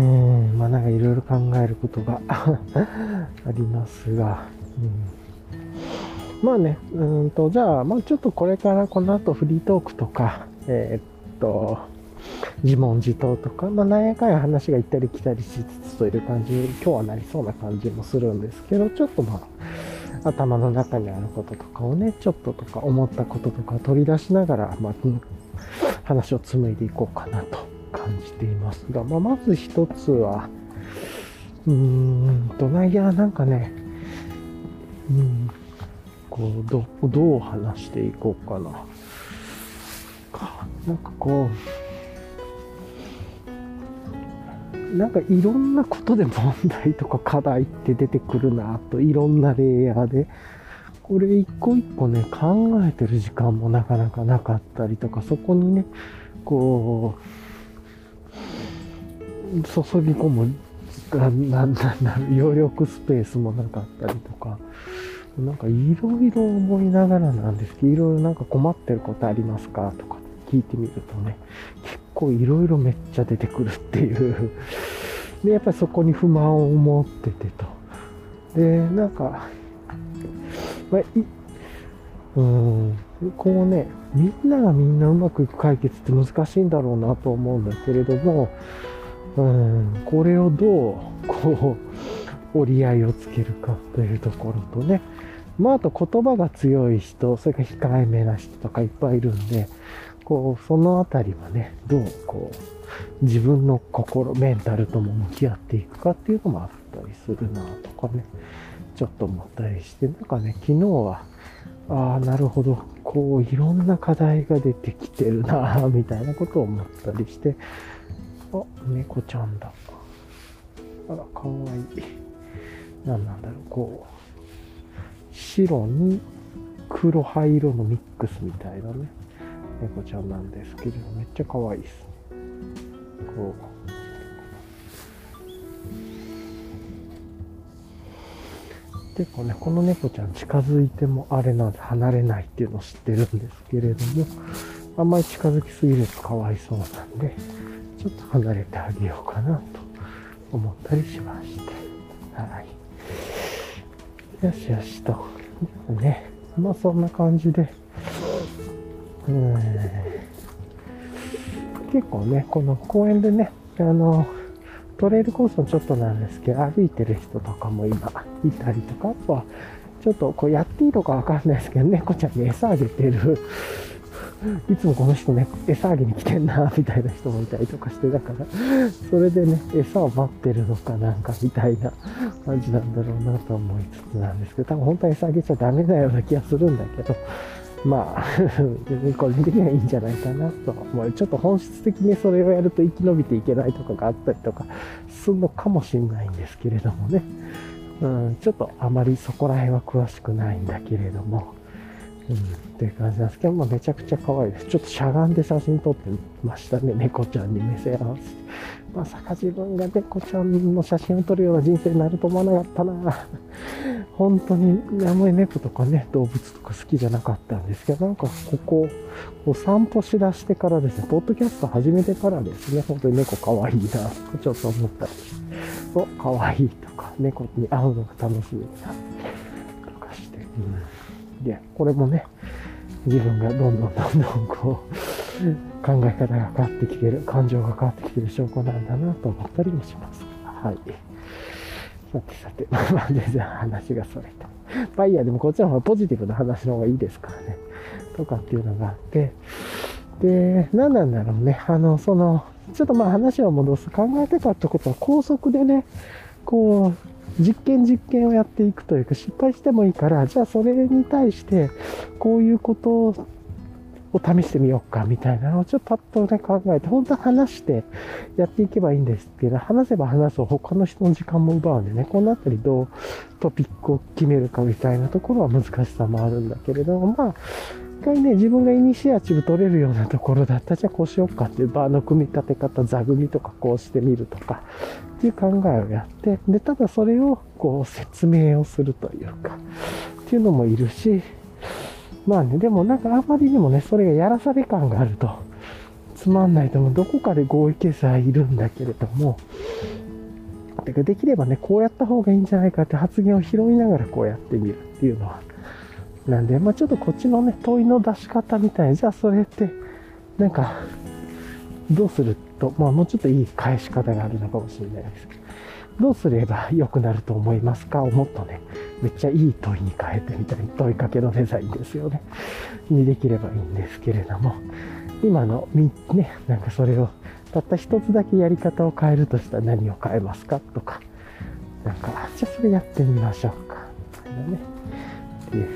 [SPEAKER 1] まあなんかいろいろ考えることがありますが、うん、まあね、うんと、じゃあ、まあちょっとこれからこの後フリートークとか、えー、っと、自問自答とか、まあ何やかんや話が行ったり来たりしつつという感じに今日はなりそうな感じもするんですけど、ちょっとまあ、頭の中にあることとかをね、ちょっととか思ったこととか取り出しながら、まあ、話を紡いでいこうかなと感じていますが、まあ、まず一つは、うーんと、いや、なんかね、うん、こう、ど、どう話していこうかな。か、なんかこう、なんかいろんなことで問題とか課題って出てくるなと、いろんなレイヤーで、これ一個一個ね、考えてる時間もなかなかなかったりとか、そこにね、こう、注ぎ込む、な、な、な、余力スペースもなかったりとか、なんかいろいろ思いながらなんですけど、いろいろなんか困ってることありますかとか聞いてみるとね、結構いろいろめっちゃ出てくるっていう。で、やっぱりそこに不満を持っててと。で、なんか、まあ、いうん、こうね、みんながみんなうまくいく解決って難しいんだろうなと思うんだけれども、うん、これをどう、こう、折り合いをつけるかというところとね、まあ、あと言葉が強い人、それから控えめな人とかいっぱいいるんで、こう、そのあたりはね、どう、こう、自分の心、メンタルとも向き合っていくかっていうのもあったりするなとかね、ちょっと思ったりして、なんかね、昨日は、ああ、なるほど、こう、いろんな課題が出てきてるなみたいなことを思ったりして、あ、猫ちゃんだ。あら、かわいい。何なんだろう、こう、白に黒灰色のミックスみたいなね、猫ちゃんなんですけど、めっちゃ可愛いですね。こう。結構ね、この猫ちゃん近づいてもあれなんで離れないっていうのを知ってるんですけれども、あんまり近づきすぎるとかわいそうなんで、ちょっと離れてあげようかなと思ったりしまして。はい。よしよしと。ね。まあそんな感じで。うーん、結構ね、この公園でね、あの、トレイルコースのちょっとなんですけど、歩いてる人とかも今いたりとか、あとは、ちょっとこうやっていいのかわかんないですけど、猫ちゃんに餌あげてる。いつもこの人ね、餌あげに来てんな、みたいな人もいたりとかして、だから、それでね、餌を待ってるのかなんかみたいな感じなんだろうなと思いつつなんですけど、多分本当は餌あげちゃダメなような気がするんだけど、まあ、個人的にはいいんじゃないかなと思う。ちょっと本質的にそれをやると生き延びていけないとかがあったりとかするのかもしれないんですけれどもね。うん、ちょっとあまりそこら辺は詳しくないんだけれども、うん、っていう感じなんですけど、まあ、めちゃくちゃ可愛いです。ちょっとしゃがんで写真撮ってましたね。猫ちゃんに目線合わせて。まさか自分が猫ちゃんの写真を撮るような人生になると思わなかったな。本当にあんまり猫とかね、動物とか好きじゃなかったんですけど、なんかここ、こう散歩しだしてからですね、ポッドキャスト始めてからですね、本当に猫可愛いな、とちょっと思ったりして、お、可愛いとか、猫に会うのが楽しみだとかして、うん、で、これもね、自分がどんどんどんどんこう、考え方が変わってきてる、感情が変わってきてる証拠なんだなと思ったりもします。はい。さてさて、まあ全然話がそれた。まあいいや、でもこっちの方がポジティブな話の方がいいですからね。とかっていうのがあって。で、何なんだろうね。あの、その、 ちょっとまあ話を戻す。考えたかったことは高速でね、こう、実験実験をやっていくというか、失敗してもいいから、じゃあそれに対して、こういうことを試してみようか、みたいなのをちょっとパッとね考えて、本当は話してやっていけばいいんですけど、話せば話すと他の人の時間も奪うんでね、このあたりどうトピックを決めるかみたいなところは難しさもあるんだけれども、まあ、一回ね、自分がイニシアチブ取れるようなところだったら、じゃあこうしようかっていうバーの組み立て方、座組とかこうしてみるとか、っていう考えをやって、で、ただそれをこう説明をするというか、っていうのもいるし、まあね、でもなんかあまりにもね、それがやらされ感があると、つまんないともどこかで合意形成はいるんだけれども、てかできればね、こうやった方がいいんじゃないかって発言を拾いながらこうやってみるっていうのは、なんで、まあちょっとこっちのね、問いの出し方みたいな、じゃあそれって、なんか、どうすると、まあもうちょっといい返し方があるのかもしれないですけど、どうすれば良くなると思いますかをもっとね、めっちゃいい問いに変えてみたいな、問いかけのデザインですよね。にできればいいんですけれども、今のみ、ね、なんかそれを、たった一つだけやり方を変えるとしたら何を変えますかとか、なんか、じゃあそれやってみましょうか。みたいなね。っていう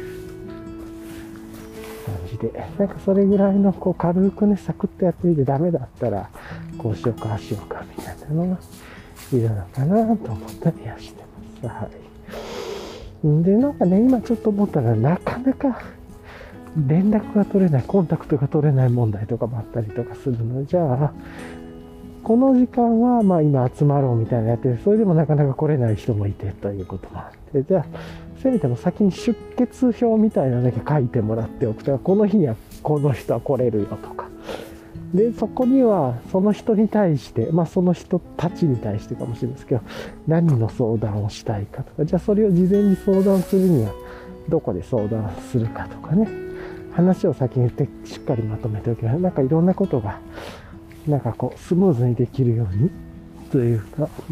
[SPEAKER 1] 感じで、なんかそれぐらいのこう軽くね、サクッとやってみてダメだったら、こうしようか、ああしようか、みたいなのがいるのかなと思ったりはしてます。はい。で、なんかね、今ちょっと思ったらなかなか連絡が取れない、コンタクトが取れない問題とかもあったりとかするので、じゃあ、この時間はまあ今集まろうみたいなやって、それでもなかなか来れない人もいてということもあって、じゃあ、せめても先に出欠表みたいなのだけ書いてもらっておくとか、この日にはこの人は来れるよとか。で、そこにはその人に対して、まあその人たちに対してかもしれないですけど、何の相談をしたいかとか、じゃあそれを事前に相談するにはどこで相談するかとかね、話を先に言ってしっかりまとめておけば、なんかいろんなことが、なんかこうスムーズにできるようにというか、うん、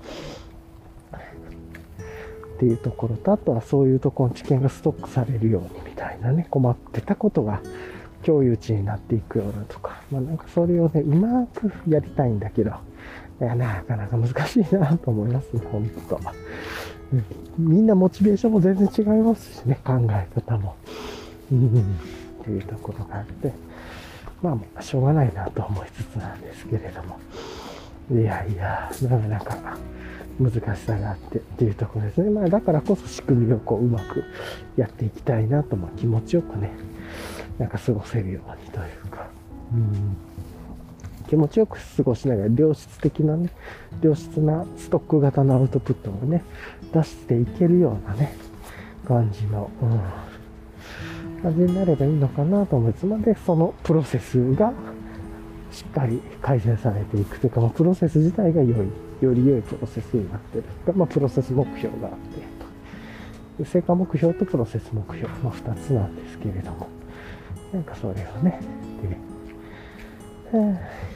[SPEAKER 1] っていうところと、あとはそういうところの知見がストックされるようにみたいなね、困ってたことが共有値になっていくようなとか、まあなんかそれをね、うまくやりたいんだけど、いやなかなか難しいなと思いますね、ほんと。うん、みんなモチベーションも全然違いますしね、考え方も。うん、っていうところがあって、まあもうしょうがないなと思いつつなんですけれども。いやいや、なかなか難しさがあってっていうところですね。まあだからこそ仕組みをこううまくやっていきたいなと、まあ気持ちよくね、なんか過ごせるようにというか、うん、気持ちよく過ごしながら良質的なね、良質なストック型のアウトプットをね、出していけるようなね、感じの、うん、感じになればいいのかなと思いつつ、までそのプロセスがしっかり改善されていくというか、まあ、プロセス自体が良い、より良いプロセスになっているとか、まあ、プロセス目標があってと、成果目標とプロセス目標のふたつなんですけれども、なんかそれをね、で、はあ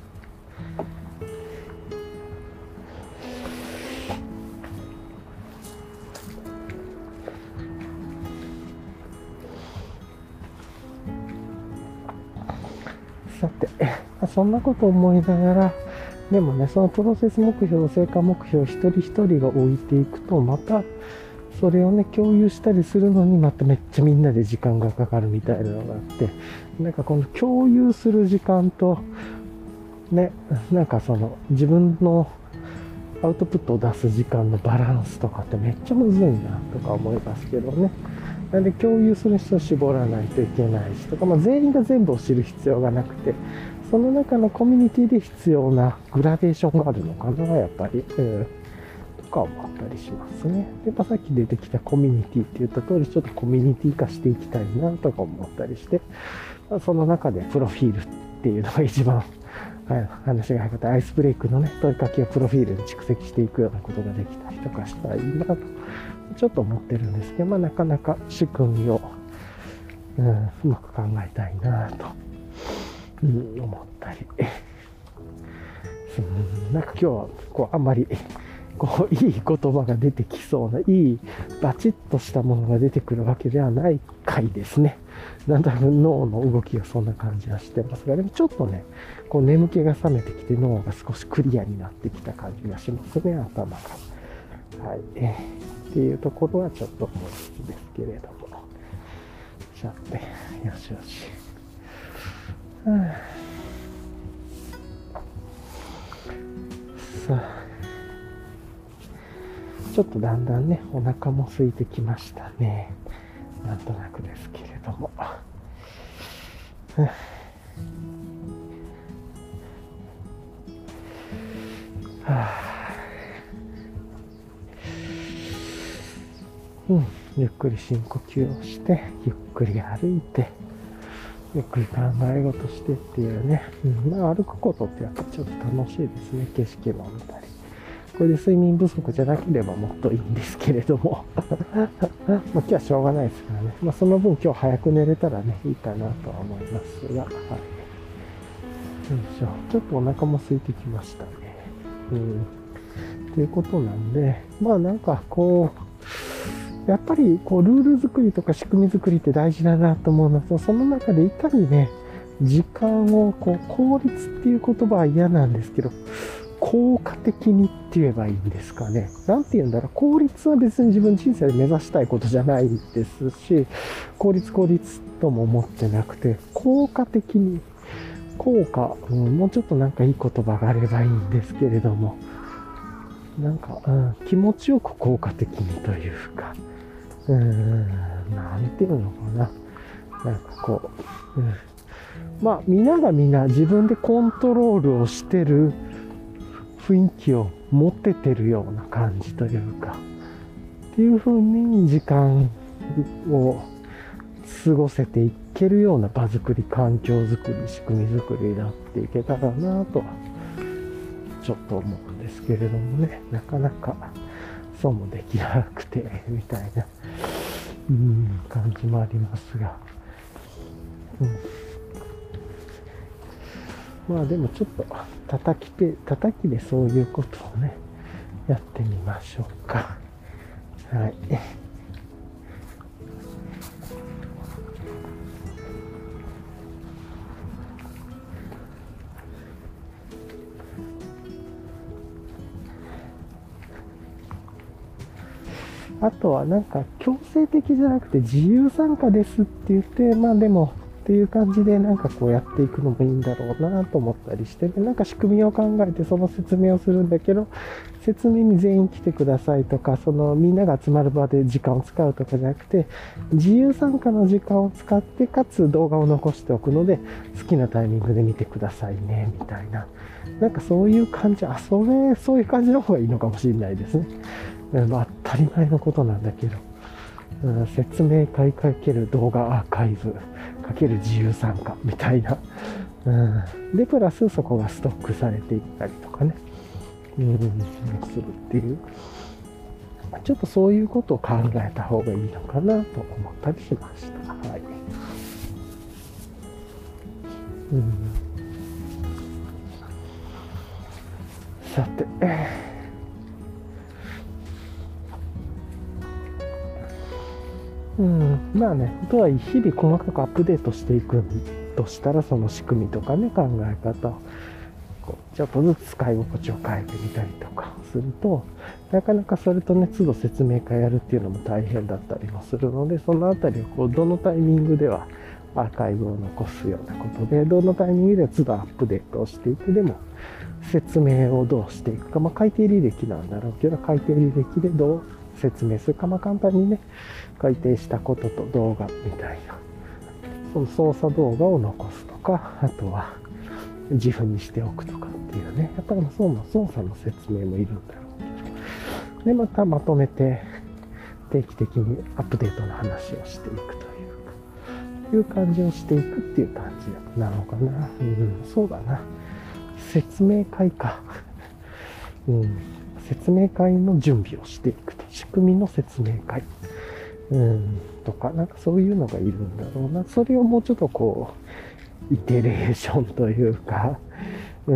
[SPEAKER 1] さて、そんなこと思いながら、でもね、そのプロセス目標、成果目標、一人一人が置いていくと、また、それをね、共有したりするのに、まためっちゃみんなで時間がかかるみたいなのがあって、なんかこの共有する時間と、ね、なんかその自分のアウトプットを出す時間のバランスとかってめっちゃむずいなとか思いますけどね。なんで共有する人を絞らないといけないしとか、まあ、全員が全部を知る必要がなくて、その中のコミュニティで必要なグラデーションがあるのかな、やっぱり、うん、とか思ったりしますね。で、まあ、さっき出てきたコミュニティって言った通り、ちょっとコミュニティ化していきたいなとか思ったりして、まあ、その中でプロフィールっていうのが一番、はい、話が早かったアイスブレイクのね、問いかけをプロフィールに蓄積していくようなことができたりとかしたらいいなと。ちょっと思ってるんですけど、まあ、なかなか仕組みを、うん、うまく考えたいなと、うん、思ったり、うん、なんか今日はこうあんまりこういい言葉が出てきそうな、いいバチッとしたものが出てくるわけではない回ですね。 なんとなく脳の動きがそんな感じはしてますが、でもちょっとね、こう眠気が覚めてきて脳が少しクリアになってきた感じがしますね、頭が。はい。えー、っていうところはちょっと思いつつですけれども。さて、よしよし。はあ、さあ。ちょっとだんだんね、お腹も空いてきましたね。なんとなくですけれども。はあ、うん、ゆっくり深呼吸をして、ゆっくり歩いて、ゆっくり考え事してっていうね、うん、まあ歩くことってやっぱちょっと楽しいですね。景色も見たり。これで睡眠不足じゃなければもっといいんですけれどもまあ今日はしょうがないですからね。まあその分今日早く寝れたらね、いいかなとは思いますが、はい。よいしょ。ちょっとお腹も空いてきましたね。うん。ということなんで、まあなんかこう、やっぱりこうルール作りとか仕組み作りって大事だなと思うのと、その中でいかにね、時間をこう効率っていう言葉は嫌なんですけど、効果的にって言えばいいんですかね。なんて言うんだろう。効率は別に自分人生で目指したいことじゃないですし、効率効率とも思ってなくて、効果的に、効果、うん、もうちょっとなんかいい言葉があればいいんですけれども、なんか、うん、気持ちよく効果的にというか、うーん、なんていうのかな。なんかこう、うん、まあ、皆が皆自分でコントロールをしてる雰囲気を持ててるような感じというか、っていう風に時間を過ごせていけるような場作り、環境づくり、仕組みづくりになっていけたらなとはちょっと思うんですけれどもね、なかなかそうもできなくてみたいな、うん、感じもありますが、うん、まあでもちょっと叩きで、叩きでそういうことをね、やってみましょうか。はい。あとはなんか強制的じゃなくて自由参加ですって言って、まあでもっていう感じでなんかこうやっていくのもいいんだろうなと思ったりして、ね、なんか仕組みを考えてその説明をするんだけど、説明に全員来てくださいとか、そのみんなが集まる場で時間を使うとかじゃなくて、自由参加の時間を使って、かつ動画を残しておくので、好きなタイミングで見てくださいね、みたいな。なんかそういう感じ、あ、それ、そういう感じの方がいいのかもしれないですね。まあ、当たり前のことなんだけど、うん、説明会かける動画アーカイブかける自由参加みたいな、うん、でプラスそこがストックされていったりとかね、うん、するっていう、ちょっとそういうことを考えた方がいいのかなと思ったりしました。はい。うん、さて、うん、まあね、とはいえ日々細かくアップデートしていくとしたら、その仕組みとかね、考え方をこうちょっとずつ使い心地を変えてみたりとかすると、なかなかそれとね、都度説明会やるっていうのも大変だったりもするので、そのあたりをこうどのタイミングではアーカイブを残すようなことで、どのタイミングでは都度アップデートをしていて、でも説明をどうしていくか、まあ改定履歴なんだろうけど、改定履歴でどう説明するか、まあ簡単にね、改定したことと動画みたいな、その操作動画を残すとか、あとは自負にしておくとかっていうね、やっぱりその操作の説明もいるんだろうけど、で、またまとめて定期的にアップデートの話をしていくというか、いう感じをしていくっていう感じなのかな。うん、そうだな。説明会か。うん、説明会の準備をしていくと。仕組みの説明会。うん、とか、なんかそういうのがいるんだろうな。それをもうちょっとこう、イテレーションというか、うん、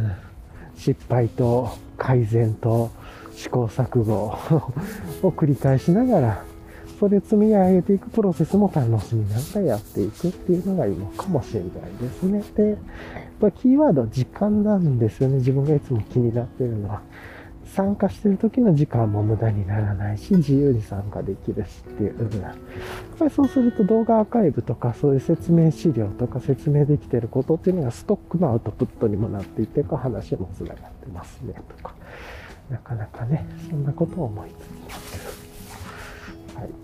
[SPEAKER 1] 失敗と改善と試行錯誤を繰り返しながら、 それ積み上げていくプロセスも楽しみながらやっていくっていうのがいいのかもしれないですね。で、やっぱキーワードは時間なんですよね。自分がいつも気になっているのは。参加してる時の時間も無駄にならないし、自由に参加できるしっていう部分。やっぱりそうすると動画アーカイブとかそういう説明資料とか説明できてることっていうのがストックのアウトプットにもなっていて、話もつながってますねとか。なかなかね、そんなことを思いつつ。はい。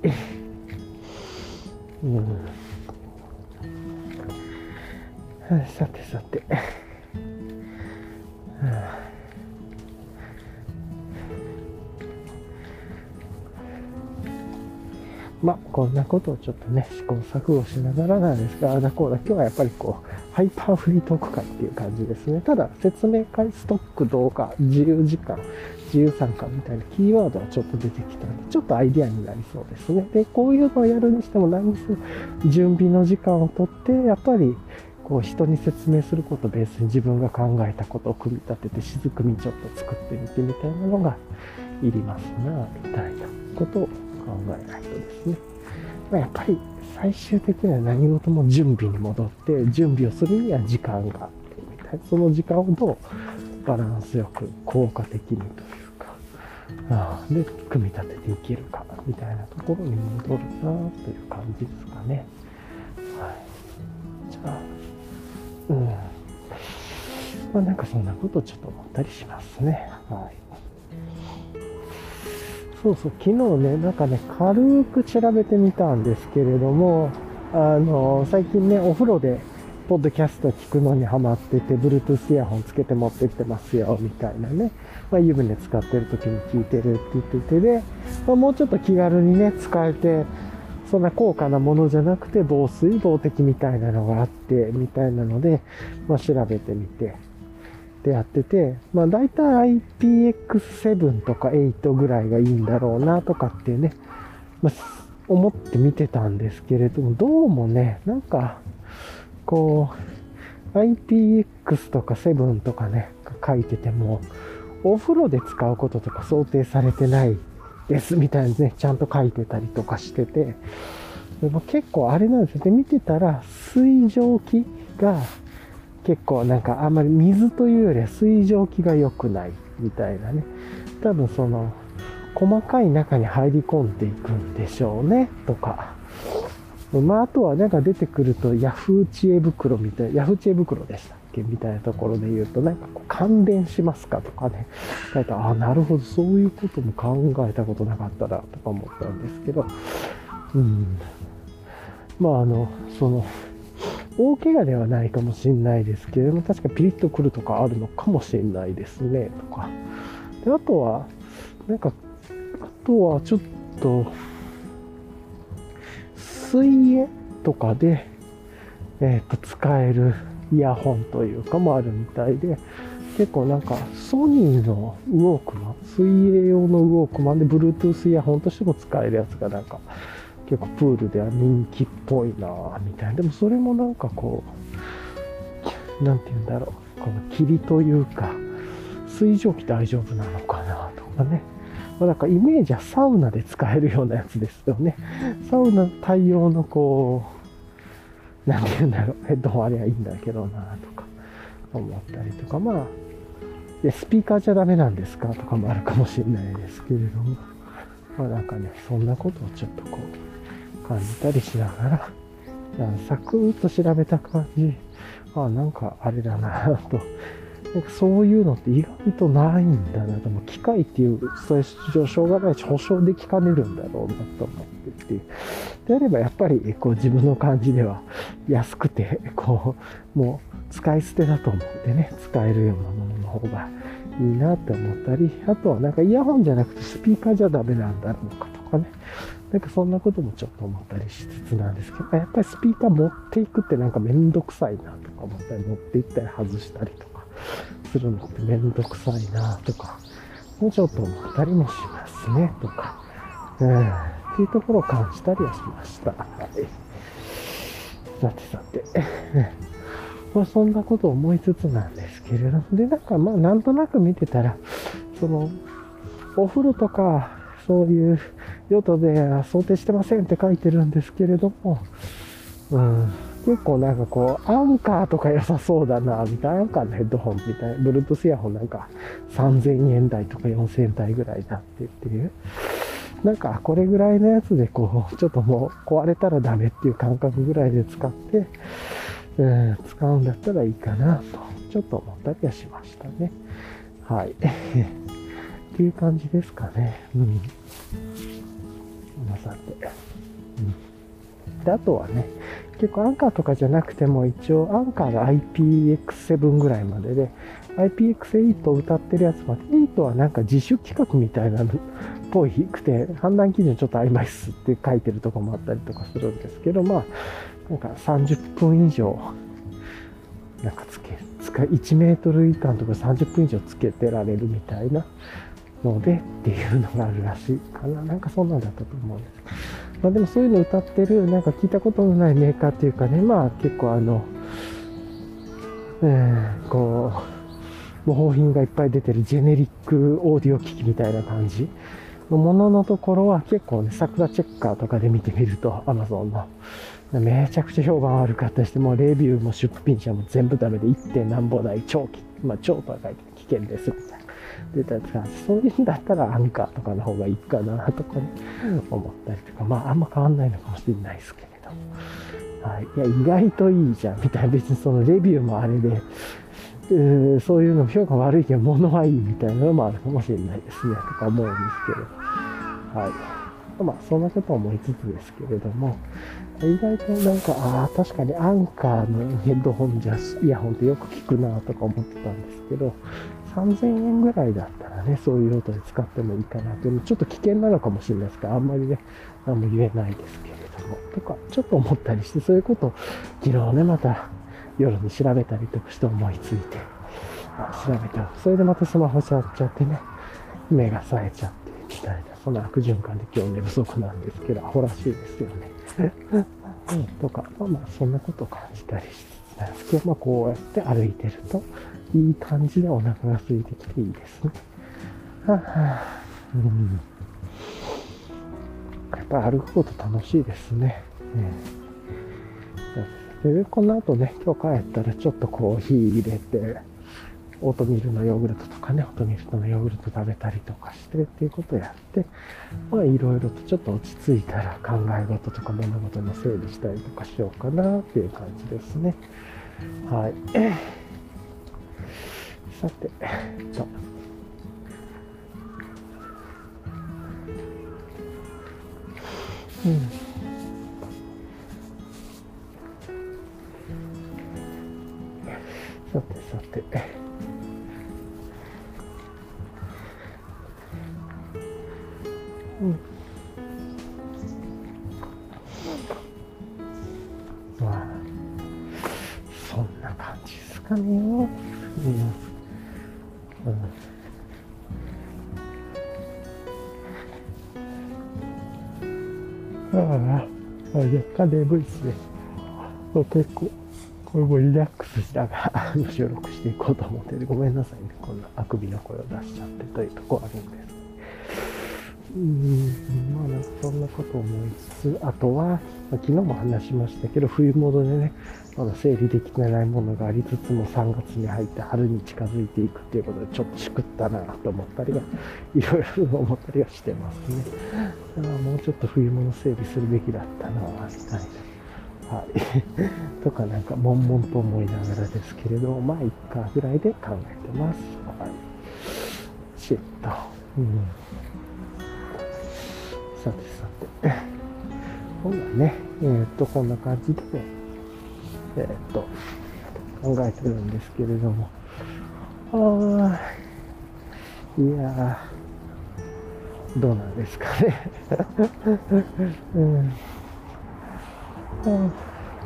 [SPEAKER 1] うん。さてさて。はあまあ、こんなことをちょっとね、試行錯誤しながらなんですが、あだこうだ、今日はやっぱりこう、ハイパーフリートーク会っていう感じですね。ただ、説明会、ストック、動画、自由時間、自由参加みたいなキーワードはちょっと出てきたんで、ちょっとアイディアになりそうですね。で、こういうのをやるにしても何せ準備の時間をとって、やっぱり、こう人に説明することをベースに自分が考えたことを組み立てて、雫組ちょっと作ってみてみたいなのがいりますな、みたいなことを考えないとですね。まあ、やっぱり最終的には何事も準備に戻って、準備をするには時間があってみたいな。その時間をどうバランスよく効果的にというか、ああで、組み立てていけるか、みたいなところに戻るな、という感じですかね。はい。じゃあ、うん。まあなんかそんなことをちょっと思ったりしますね。はい。そうそう、昨日ね、なんかね、軽く調べてみたんですけれども、あの、最近ね、お風呂で、ポッドキャスト聞くのにハマってて、Bluetooth イヤホンつけて持ってってますよ、みたいなね。まあ、湯船使ってる時に聞いてるって言っててで、まあ、もうちょっと気軽にね、使えて、そんな高価なものじゃなくて、防水、防滴みたいなのがあって、みたいなので、まあ、調べてみて、でやってて、まあ大体 アイピーエックスセブン とかはちぐらいがいいんだろうなとかってね、まあ、思って見てたんですけれども、どうもね、なんか、こう、アイピーエックス とかセブンとかね、書いてても、お風呂で使うこととか想定されてないですみたいにね、ちゃんと書いてたりとかしてて、でも結構あれなんですよね、見てたら水蒸気が、結構なんかあんまり水というよりは水蒸気が良くないみたいなね。多分その細かい中に入り込んでいくんでしょうねとか。まああとはなんか出てくるとヤフー知恵袋みたいな、ヤフー知恵袋でしたっけみたいなところで言うとなんかこう感電しますかとかね。書いてああ、なるほど、そういうことも考えたことなかったなとか思ったんですけど。うん。まああの、その、大怪我ではないかもしれないですけれども、確かピリッとくるとかあるのかもしれないですね、とか。で、あとは、なんか、あとはちょっと、水泳とかで、えっと、使えるイヤホンというかもあるみたいで、結構なんか、ソニーのウォークマン、水泳用のウォークマンで Bluetooth イヤホンとしても使えるやつがなんか、結構プールでは人気っぽいなぁ、みたいな。でもそれもなんかこう、なんて言うんだろう。この霧というか、水蒸気大丈夫なのかなとかね。まあ、なんかイメージはサウナで使えるようなやつですよね。サウナ対応のこう、なんて言うんだろう。ヘッドホンあれはいいんだけどなとか思ったりとか。まあ、でスピーカーじゃダメなんですかとかもあるかもしれないですけれども。まあなんかね、そんなことをちょっとこう、感じたりしながら、サクッと調べた感じ、あ、なんかあれだなと、なんかそういうのって意外とないんだなと、もう機械っていう、そういうしょうがないし、保証できかねるんだろうなと思ってて、であればやっぱりこう自分の感じでは安くて、こう、もう使い捨てだと思ってね、使えるようなものの方がいいなって思ったり、あとはなんかイヤホンじゃなくてスピーカーじゃダメなんだろうかとかね、なんかそんなこともちょっと思ったりしつつなんですけど、やっぱりスピーカー持っていくってなんかめんどくさいなとか思ったり、持っていったり外したりとかするのってめんどくさいなとか、もうちょっと思ったりもしますね、とか、うん、っていうところを感じたりはしました。はい。さてさて。まあそんなことを思いつつなんですけれども、で、なんかまあなんとなく見てたら、その、お風呂とか、 そういう用途では想定してませんって書いてるんですけれども、うん、結構なんかこう、アンカーとか良さそうだな、みたいな。アンカーのヘッドホンみたいな。Bluetooth イヤホンなんかさんぜんえん台とかよんせんえん台ぐらいだってっていう。なんかこれぐらいのやつでこう、ちょっともう壊れたらダメっていう感覚ぐらいで使って、うん、使うんだったらいいかなと、ちょっと思ったりはしましたね。はい。っていう感じですかね。うん。まさて。うん。で、あとはね、結構アンカーとかじゃなくても一応アンカーが アイピーエックスセブン ぐらいまでで、アイピーエックスエイト を歌ってるやつまで、エイトはなんか自主企画みたいなのっぽいくて、判断基準ちょっと曖昧っすって書いてるとこもあったりとかするんですけど、まあ、なんかさんじゅっぷん以上、なんかつけ、つかいちメートル以下のところさんじゅっぷん以上つけてられるみたいなのでっていうのがあるらしいかな。なんかそんなんだったと思うんです。まあでもそういうの歌ってる、なんか聞いたことのないメーカーっていうかね、まあ結構あの、えー、こう、模倣品がいっぱい出てるジェネリックオーディオ機器みたいな感じのもののところは結構ね、桜チェッカーとかで見てみると、Amazon のめちゃくちゃ評判悪かったりして、もうレビューも出品者も全部ダメで いってん何ぼ台超き、まあ超とは書いて危険ですみたいな。出たやつが、そういうんだったらアンカーとかの方がいいかなとかね、思ったりとか、まああんま変わんないのかもしれないですけれど。はい。いや、意外といいじゃんみたいな、別にそのレビューもあれで、えー、そういうの評価悪いけど物はいいみたいなのもあるかもしれないですねとか思うんですけど、はい。まあそんなこと思いつつですけれども、意外となんか、ああ、確かにアンカーのヘッドホンじゃイヤホンってよく聞くなとか思ってたんですけど、さんぜんえんぐらいだったらね、そういう用途で使ってもいいかなというの、ちょっと危険なのかもしれないですから、あんまりね、何も言えないですけれども、とか、ちょっと思ったりして、そういうことを昨日ね、また夜に調べたりとかして思いついて、あ調べて、それでまたスマホ触っちゃってね、目が冴えちゃって、みたいな、その悪循環で今日寝不足なんですけど、アホらしいですよね。とか、まあまあ、そんなことを感じたりしつつなんですけど、まあ、こうやって歩いてると、いい感じでお腹が空いてきていいですね。はぁ、はあ、うん。やっぱ歩くこと楽しいですね。ねで、この後ね、今日帰ったらちょっとコーヒー入れて、オートミールのヨーグルトとかね、オートミールのヨーグルト食べたりとかしてっていうことをやって、まあいろいろとちょっと落ち着いたら考え事とか物事の整理したりとかしようかなっていう感じですね。はい。さて、えっと。うん。さてさて。うん。まあ、そんな感じですかね。うん。うん。ああ、若干眠いですね。結構、これもリラックスしながら収録していこうと思ってて、ごめんなさいね。こんなあくびの声を出しちゃってというところあるんです。うーん、まあなんかそんなことを思いつつ、あとは、まあ、昨日も話しましたけど、冬モードでね、まだ整理できてないものがありつつもさんがつに入って春に近づいていくっていうことでちょっとしくったなと思ったりは、いろいろ思ったりはしてますね。だからもうちょっと冬物整理するべきだったなみたいな。はい。とかなんか悶々と思いながらですけれども、まあいっかぐらいで考えてます。はい。シッと。うん。さてさて。ほんならね、えー、っと、こんな感じで、えー、っと、考えてるんですけれども。ああ、いやー、どうなんですかね。うん。うん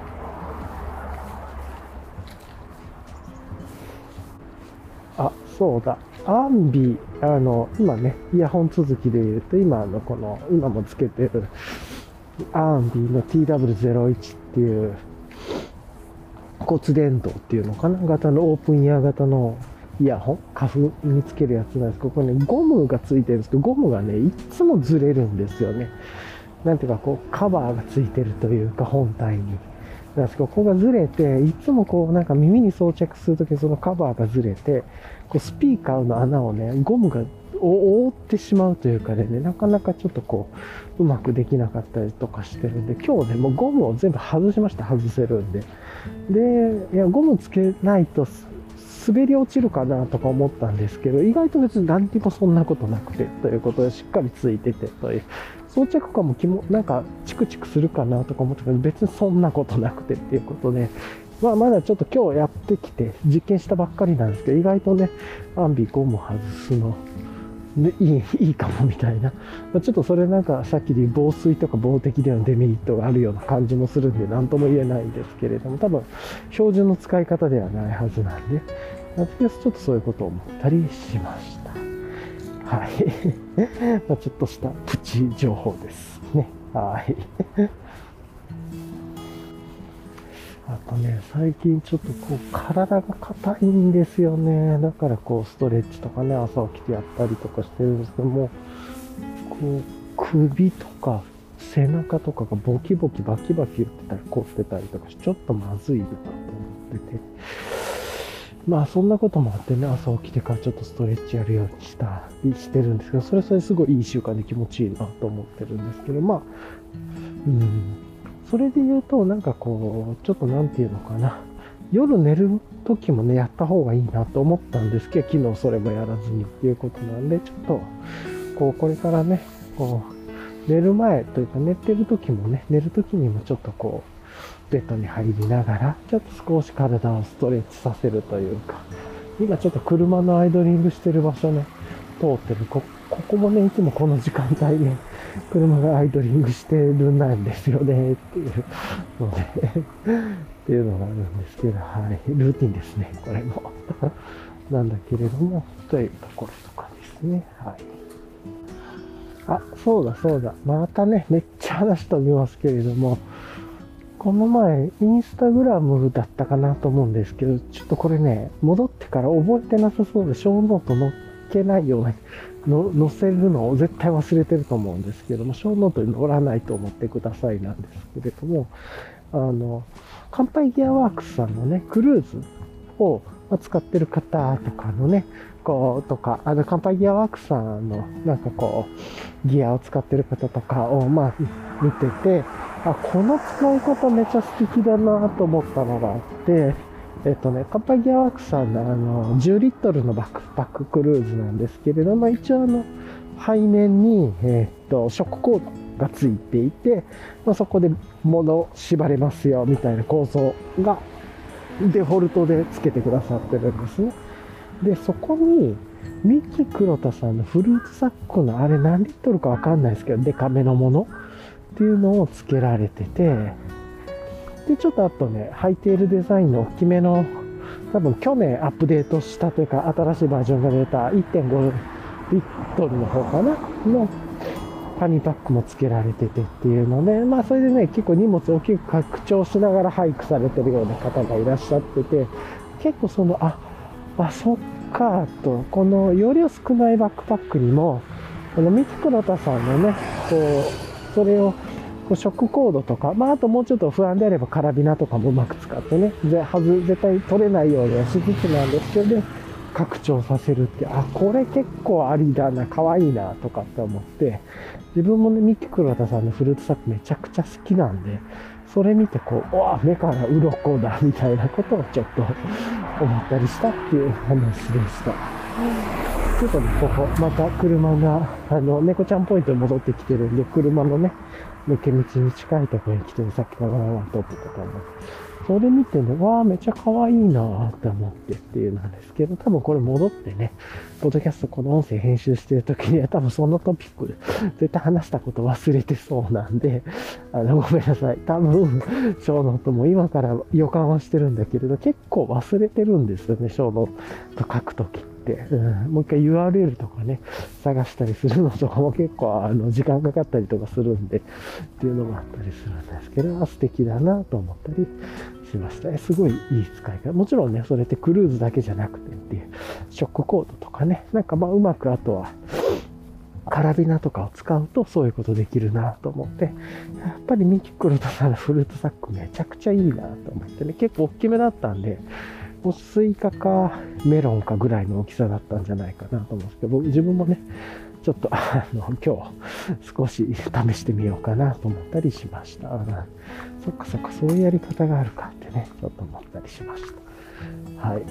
[SPEAKER 1] あ、そうだ。アンビ、あの、今ね、イヤホン続きで言うと、今のこの、今もつけてる、アンビの ティーダブリューゼロいち っていう骨伝導っていうのかな型のオープンイヤー型のイヤホン、花粉につけるやつなんですけど、これね、ゴムがついてるんですけど、ゴムがね、いつもずれるんですよね。なんていうか、こう、カバーがついてるというか、本体に。なんですけど、ここがずれて、いつもこう、なんか耳に装着するときにそのカバーがずれて、こう、スピーカーの穴をね、ゴムが覆ってしまうというかでね、なかなかちょっとこう、うまくできなかったりとかしてるんで、今日ね、もうゴムを全部外しました。外せるんで。で、いや、ゴムつけないと滑り落ちるかなとか思ったんですけど、意外と別に何にもそんなことなくて、ということでしっかりついててという。装着感もきもなんかチクチクするかなとか思ったけど、別にそんなことなくてっていうことで、まあまだちょっと今日やってきて実験したばっかりなんですけど、意外とね、アンビゴム外すの、ね、いい、いいかもみたいな。まあ、ちょっとそれなんかさっきで言う防水とか防滴でのデメリットがあるような感じもするんで、なんとも言えないんですけれども、多分標準の使い方ではないはずなんで、とりあえずちょっとそういうことを思ったりしました。はい。まあちょっとしたプチ情報ですね。はい。あとね、最近ちょっとこう体が硬いんですよね。だからこうストレッチとかね、朝起きてやったりとかしてるんですけども、こう首とか背中とかがボキボキバキバキ言ってたり凝ってたりとかして、ちょっとまずいなと思ってて。まあそんなこともあってね、朝起きてからちょっとストレッチやるようにしたりしてるんですけど、それそれすごいいい習慣で気持ちいいなと思ってるんですけど、まあ、うん、それで言うと、なんかこう、ちょっとなんていうのかな、夜寝る時もね、やった方がいいなと思ったんですけど、昨日それもやらずにっていうことなんで、ちょっと、こう、これからね、こう、寝る前というか寝てる時もね、寝る時にもちょっとこう、ベッドに入りながら、ちょっと少し体をストレッチさせるというか、今ちょっと車のアイドリングしてる場所ね、通ってる、こ、ここもね、いつもこの時間帯ね、車がアイドリングしてるんですよね、っていうので、っていうのがあるんですけど、はい、ルーティンですね、これも。なんだけれども、というところとかですね、はい。あ、そうだそうだ、またね、めっちゃ話飛びますけれども、この前、インスタグラムだったかなと思うんですけど、ちょっとこれね、戻ってから覚えてなさそうで、ショーノート載っけないような、の載せるのを絶対忘れてると思うんですけども、ショーノートに載らないと思ってくださいなんですけれども、あの、乾杯ギアワークスさんのね、クルーズを使ってる方とかのね、こう、とか、あの、乾杯ギアワークスさんの、なんかこう、ギアを使ってる方とかを、まあ、見てて、あ、この使い方めちゃ素敵だなと思ったのがあって、えっとね、乾杯ギアワークスさんのあの、じゅうリットルのバックパッククルーズなんですけれども、一応あの、背面に、えっと、ショックコードがついていて、まあ、そこで物縛れますよ、みたいな構造が、デフォルトで付けてくださってるんですね。で、そこに、三木黒田さんのフルーツサックのあれ何リットルかわかんないですけど、デカめのものっていうのを付けられてて、で、ちょっとあとね、ハイテールデザインの大きめの、多分去年アップデートしたというか、新しいバージョンが出た いってんごリットルの方かなのファニーパックも付けられててっていうので、まあそれでね、結構荷物大きく拡張しながら俳句されてるような方がいらっしゃってて、結構その、あ、あ、そっかと、この容量少ないバックパックにも、この三木黒田さんのね、こう、それを、こうショックコードとか、まああともうちょっと不安であればカラビナとかもうまく使ってね、で、はず、絶対取れないようにはしつつなんですけど、ね、拡張させるって、あ、これ結構ありだな、可愛いな、とかって思って、自分もね、三木黒田さんのフルーツサックめちゃくちゃ好きなんで、それ見てこう、わあ、目から鱗だ、みたいなことをちょっと思ったりしたっていう話でした。ちょっとね、ここ、また車が、あの、猫ちゃんポイントに戻ってきてるんで、車のね、抜け道に近いところに来てる、さっきからわーわーと思ってたの。それ見てね、わーめっちゃ可愛いなーって思ってっていうなんですけど、多分これ戻ってね、ポッドキャストこの音声編集してる時には多分そのトピック絶対話したこと忘れてそうなんで、あの、ごめんなさい。多分、ショーノートも今から予感はしてるんだけれど、結構忘れてるんですよね、ショーノート書くとき。うん、もう一回 ユーアールエル とかね、探したりするのとかも結構あの時間かかったりとかするんで、っていうのもあったりするんですけど、素敵だなと思ったりしました。えすごいいい使い方。もちろんね、それってクルーズだけじゃなくてっていう、ショックコードとかね、なんかまあうまくあとは、カラビナとかを使うとそういうことできるなと思って、やっぱりミキクロタさんのフルーツサックめちゃくちゃいいなと思ってね、結構大きめだったんで、もうスイカかメロンかぐらいの大きさだったんじゃないかなと思うんですけど、自分もね、ちょっとあの今日少し試してみようかなと思ったりしました。そっかそっか、そういうやり方があるかってね、ちょっと思ったりしました。はい。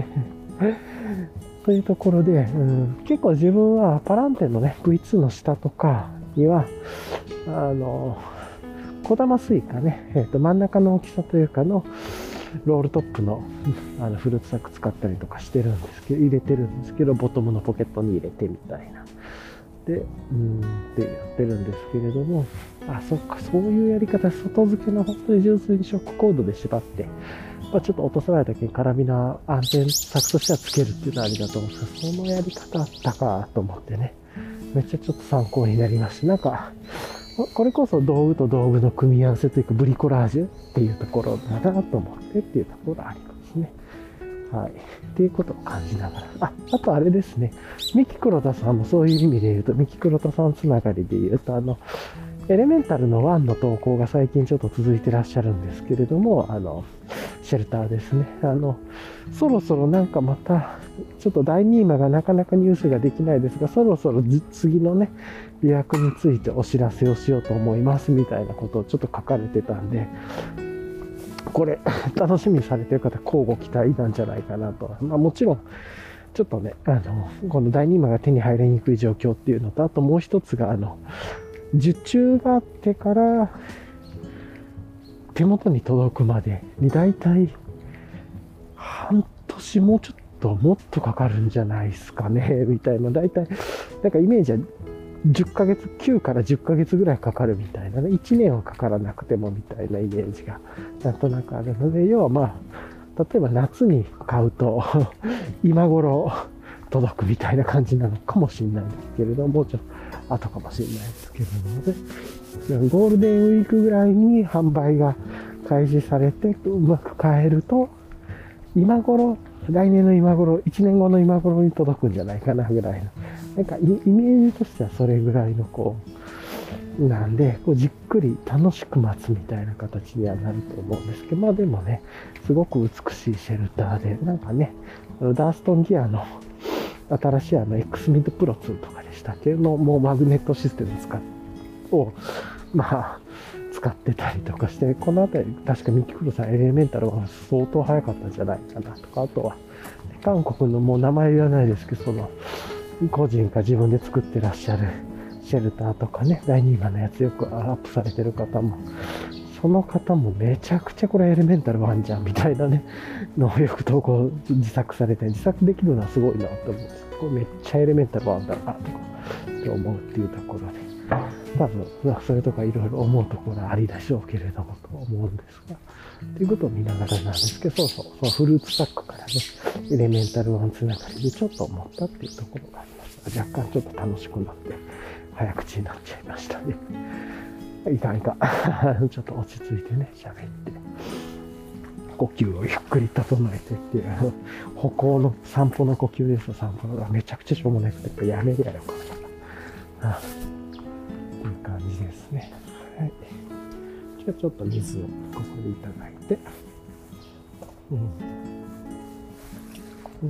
[SPEAKER 1] というところで、うん、結構自分はパランテのね ブイツー の下とかにはあの小玉スイカね、えー、と真ん中の大きさというかのロールトップの、あのフルーツサック使ったりとかしてるんですけど、入れてるんですけど、ボトムのポケットに入れてみたいなで、うんってやってるんですけれども、あ、そっか、そういうやり方、外付けの本当に純粋にショックコードで縛って、まあ、ちょっと落とさないときにカラビナ安全策としてはつけるっていうのはありだと思うんですけど、そのやり方あったかと思ってね、めっちゃちょっと参考になりました。なんか、これこそ道具と道具の組み合わせというか、ブリコラージュっていうところだなと思ってっていうところがありますね。はい。っていうことを感じながら。あ、あとあれですね。ミキ黒田さんもそういう意味で言うと、ミキ黒田さんつながりで言うと、あの、エレメンタルのワンの投稿が最近ちょっと続いてらっしゃるんですけれども、あの、シェルターですね。あの、そろそろなんかまた、ちょっとだいにマがなかなかニュースができないですが、そろそろ次のね、予約についてお知らせをしようと思いますみたいなことをちょっと書かれてたんで、これ、楽しみにされてる方、交互期待なんじゃないかなと。まあもちろん、ちょっとね、あの、このだいにマが手に入りにくい状況っていうのと、あともう一つが、あの、受注があってから手元に届くまでにだいたい半年もうちょっともっとかかるんじゃないですかねみたいな、だいたいなんかイメージはじゅっかげつ、きゅうからじゅっかげつぐらいかかるみたいなね、いちねんはかからなくてもみたいなイメージがなんとなくあるので、要はまあ例えば夏に買うと今頃届くみたいな感じなのかもしれないですけれども、ちょっと後かもしれないですけれどもね、ゴールデンウィークぐらいに販売が開始されてうまく買えると、今頃、来年の今頃、いちねんごの今頃に届くんじゃないかなぐらいの、なんかイメージとしてはそれぐらいのこうなんで、こうじっくり楽しく待つみたいな形にはなると思うんですけど、まあでもね、すごく美しいシェルターで、なんかね、ダーストンギアの新しいあの X ミッドプロツーとかでしたっけの、もうマグネットシステム使っを、まあ、使ってたりとかして、このあたり、確かミキクロさんエレメンタルは相当早かったんじゃないかなとか、あとは、韓国のもう名前言わないですけど、その、個人が自分で作ってらっしゃるシェルターとかね、だいにマのやつよくアップされてる方も、その方もめちゃくちゃこれエレメンタルワンじゃんみたいなね、のをよく投稿自作されて、自作できるのはすごいなと思うんです。これめっちゃエレメンタルワンだなとかって思うっていうところで、多分そういうとこはいろいろ思うところはありでしょうけれどもと思うんですが、ということを見ながらなんですけど、そうそう、そのフルーツサックからね、エレメンタルワンつながりでちょっと思ったっていうところがありました。若干ちょっと楽しくなって、早口になっちゃいましたね。いかんいかん。ちょっと落ち着いてね、喋って。呼吸をゆっくり整えてっていう、歩行の散歩の呼吸ですよ、散歩の。めちゃくちゃしょうもないくて、やめりゃよかった。ああっていう感じですね。はい。じゃあちょっと水をここでいただいて。うん。うん、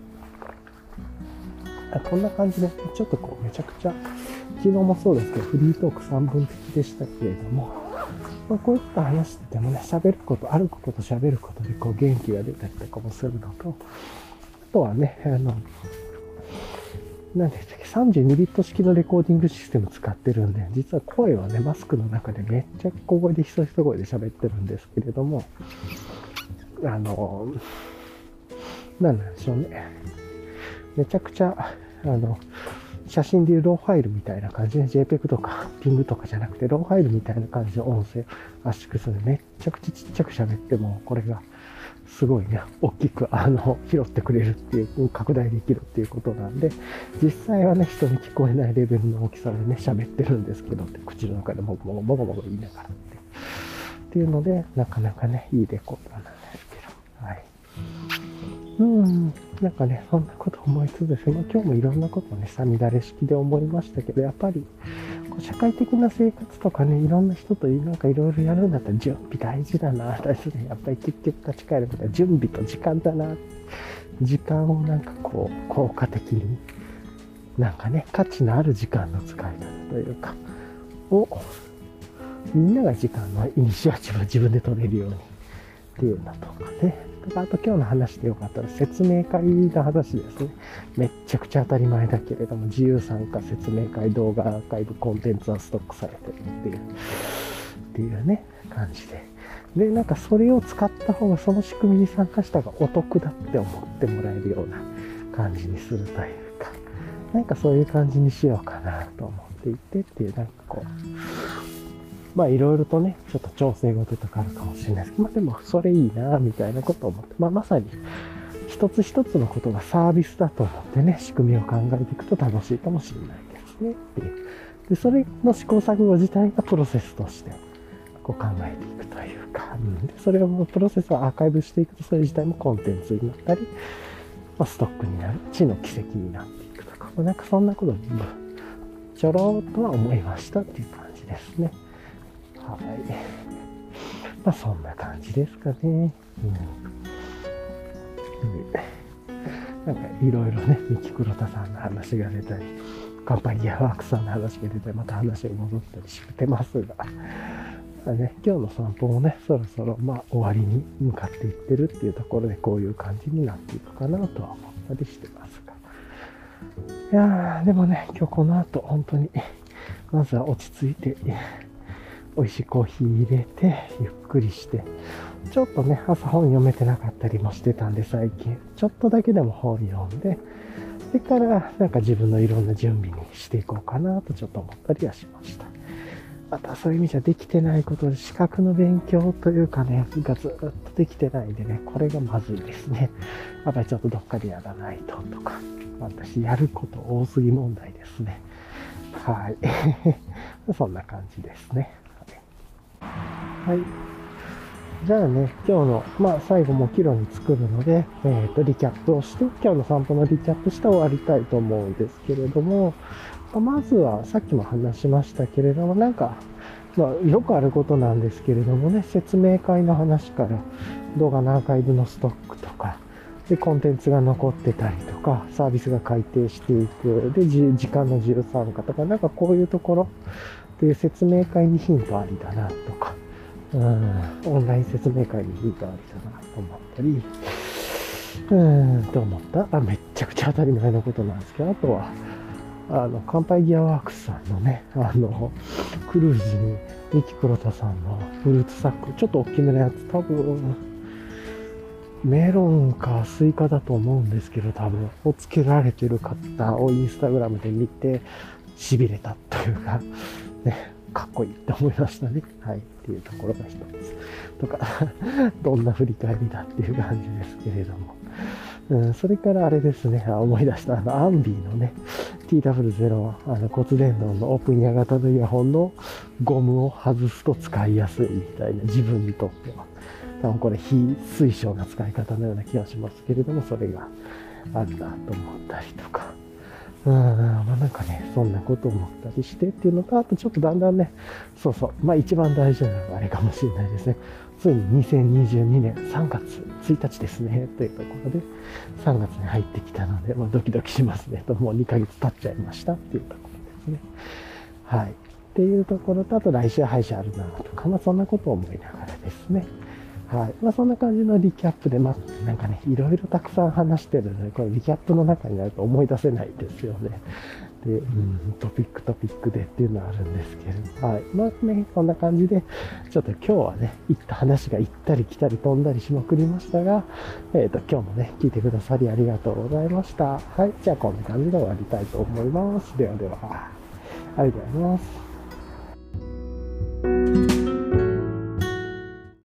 [SPEAKER 1] あこんな感じで、ちょっとこう、めちゃくちゃ、昨日もそうですけど、フリートークさんぶん的でしたけれども、まあ、こういった話しててもね、喋ること、歩くこと、喋ることでこう元気が出たりとかもするのと、あとはね、あの、何でしたっけ、さんじゅうにビット式のレコーディングシステム使ってるんで、実は声はね、マスクの中でめっちゃ小声でひそひそ声で喋ってるんですけれども、あの、何なんでしょうね。めちゃくちゃ、あの、写真でいうローファイルみたいな感じで JPEG とか ピング とかじゃなくてローファイルみたいな感じの音声圧縮するめっちゃくちゃちっちゃく喋ってもこれがすごいね大きくあの拾ってくれるっていう拡大できるっていうことなんで、実際はね人に聞こえないレベルの大きさでね喋ってるんですけどって口の中でもごもごもごもご言いながらってっっていうので、なかなかね、いいレコードなんですけど。はい。うん、なんかね、そんなこと思いつつですね、今日もいろんなことをね、さみだれ式で思いましたけど、やっぱり、こう社会的な生活とかね、いろんな人となんかいろいろやるんだったら準備大事だな、大事ね。やっぱり結局立ち返ることは準備と時間だな。時間をなんかこう、効果的に、なんかね、価値のある時間の使い方というか、を、みんなが時間のイニシアチブを自分で取れるようにっていうのとかね。あと今日の話でよかったら説明会の話ですね。めっちゃくちゃ当たり前だけれども、自由参加説明会、動画アーカイブ、コンテンツはストックされてるっていう、っていうね、感じで。で、なんかそれを使った方が、その仕組みに参加した方がお得だって思ってもらえるような感じにするというか、なんかそういう感じにしようかなと思っていてっていう、なんかこう、まあいろいろとね、ちょっと調整事とかあるかもしれないですけど、まあでもそれいいなみたいなことを思って、まあまさに一つ一つのことがサービスだと思ってね、仕組みを考えていくと楽しいかもしれないですねっていう。で、それの試行錯誤自体がプロセスとしてこう考えていくというか、うん、でそれをプロセスをアーカイブしていくと、それ自体もコンテンツになったり、まあ、ストックになる、知の奇跡になっていくとか、まあ、なんかそんなことにちょろっとは思いましたっていう感じですね。はい。まあそんな感じですかね。うん。うん、なんかいろいろね、三木黒田さんの話が出たり、乾杯ギアワークさんの話が出たり、また話が戻ったりしてますが、まあね、今日の散歩もね、そろそろまあ終わりに向かっていってるっていうところで、こういう感じになっていくかなとは思ったりしてますが。いやー、でもね、今日この後本当に、まずは落ち着いて、美味しいコーヒー入れて、ゆっくりして、ちょっとね、朝本読めてなかったりもしてたんで、最近、ちょっとだけでも本読んで、それから、なんか自分のいろんな準備にしていこうかなとちょっと思ったりはしました。またそういう意味じゃできてないことで、資格の勉強というかね、がずっとできてないんでね、これがまずいですね。やっぱりちょっとどっかでやらないととか、私やること多すぎ問題ですね。はい。そんな感じですね。はい。じゃあね、今日の、まあ最後もキロに作るので、えっと、リキャップをして、今日の散歩のリキャップして終わりたいと思うんですけれども、まずはさっきも話しましたけれども、なんか、まあよくあることなんですけれどもね、説明会の話から動画のアーカイブのストックとか、で、コンテンツが残ってたりとか、サービスが改定していく、で、時間の自由参加とか、なんかこういうところで説明会にヒントありだなとか、うん、オンライン説明会にヒントありだなと思ったり、うーん、と思った。あ、めっちゃくちゃ当たり前のことなんですけど、あとは、あの、乾杯ギアワークスさんのね、あの、クルーズに、三木黒田さんのフルーツサック、ちょっと大きめのやつ、多分、メロンかスイカだと思うんですけど、多分、をつけられてる方をインスタグラムで見て、痺れたというか、ね、かっこいいって思いましたね。はい。っていうところが一つ。とか、どんな振り返りだっていう感じですけれども。うん、それからあれですね、思い出した、あの、アンビーのね、ティーダブリューゼロ、あの、骨伝導のオープンイヤー型のイヤホンのゴムを外すと使いやすいみたいな、自分にとっては。多分これ非推奨な使い方のような気がしますけれども、それがあるなと思ったりとか。うん、まあなんかね、そんなことを思ったりしてっていうのと、あとちょっとだんだんね、そうそう、まあ一番大事なのがあれかもしれないですね。ついににせんにじゅうにねんさんがつついたちですね、というところで、さんがつに入ってきたので、まあドキドキしますね、と、もうにかげつ経っちゃいましたっていうところですね。はい。っていうところと、あと来週歯医者あるなとか、まあそんなことを思いながらですね。はい。まあそんな感じのリキャップで、まあなんかね、いろいろたくさん話してるので、これリキャップの中になると思い出せないですよね。で、うん、トピックトピックでっていうのはあるんですけど、はい。まあね、こんな感じで、ちょっと今日はね、行った話が行ったり来たり飛んだりしまくりましたが、えっと、今日もね、聞いてくださりありがとうございました。はい。じゃあこんな感じで終わりたいと思います。ではでは、ありがとうございます。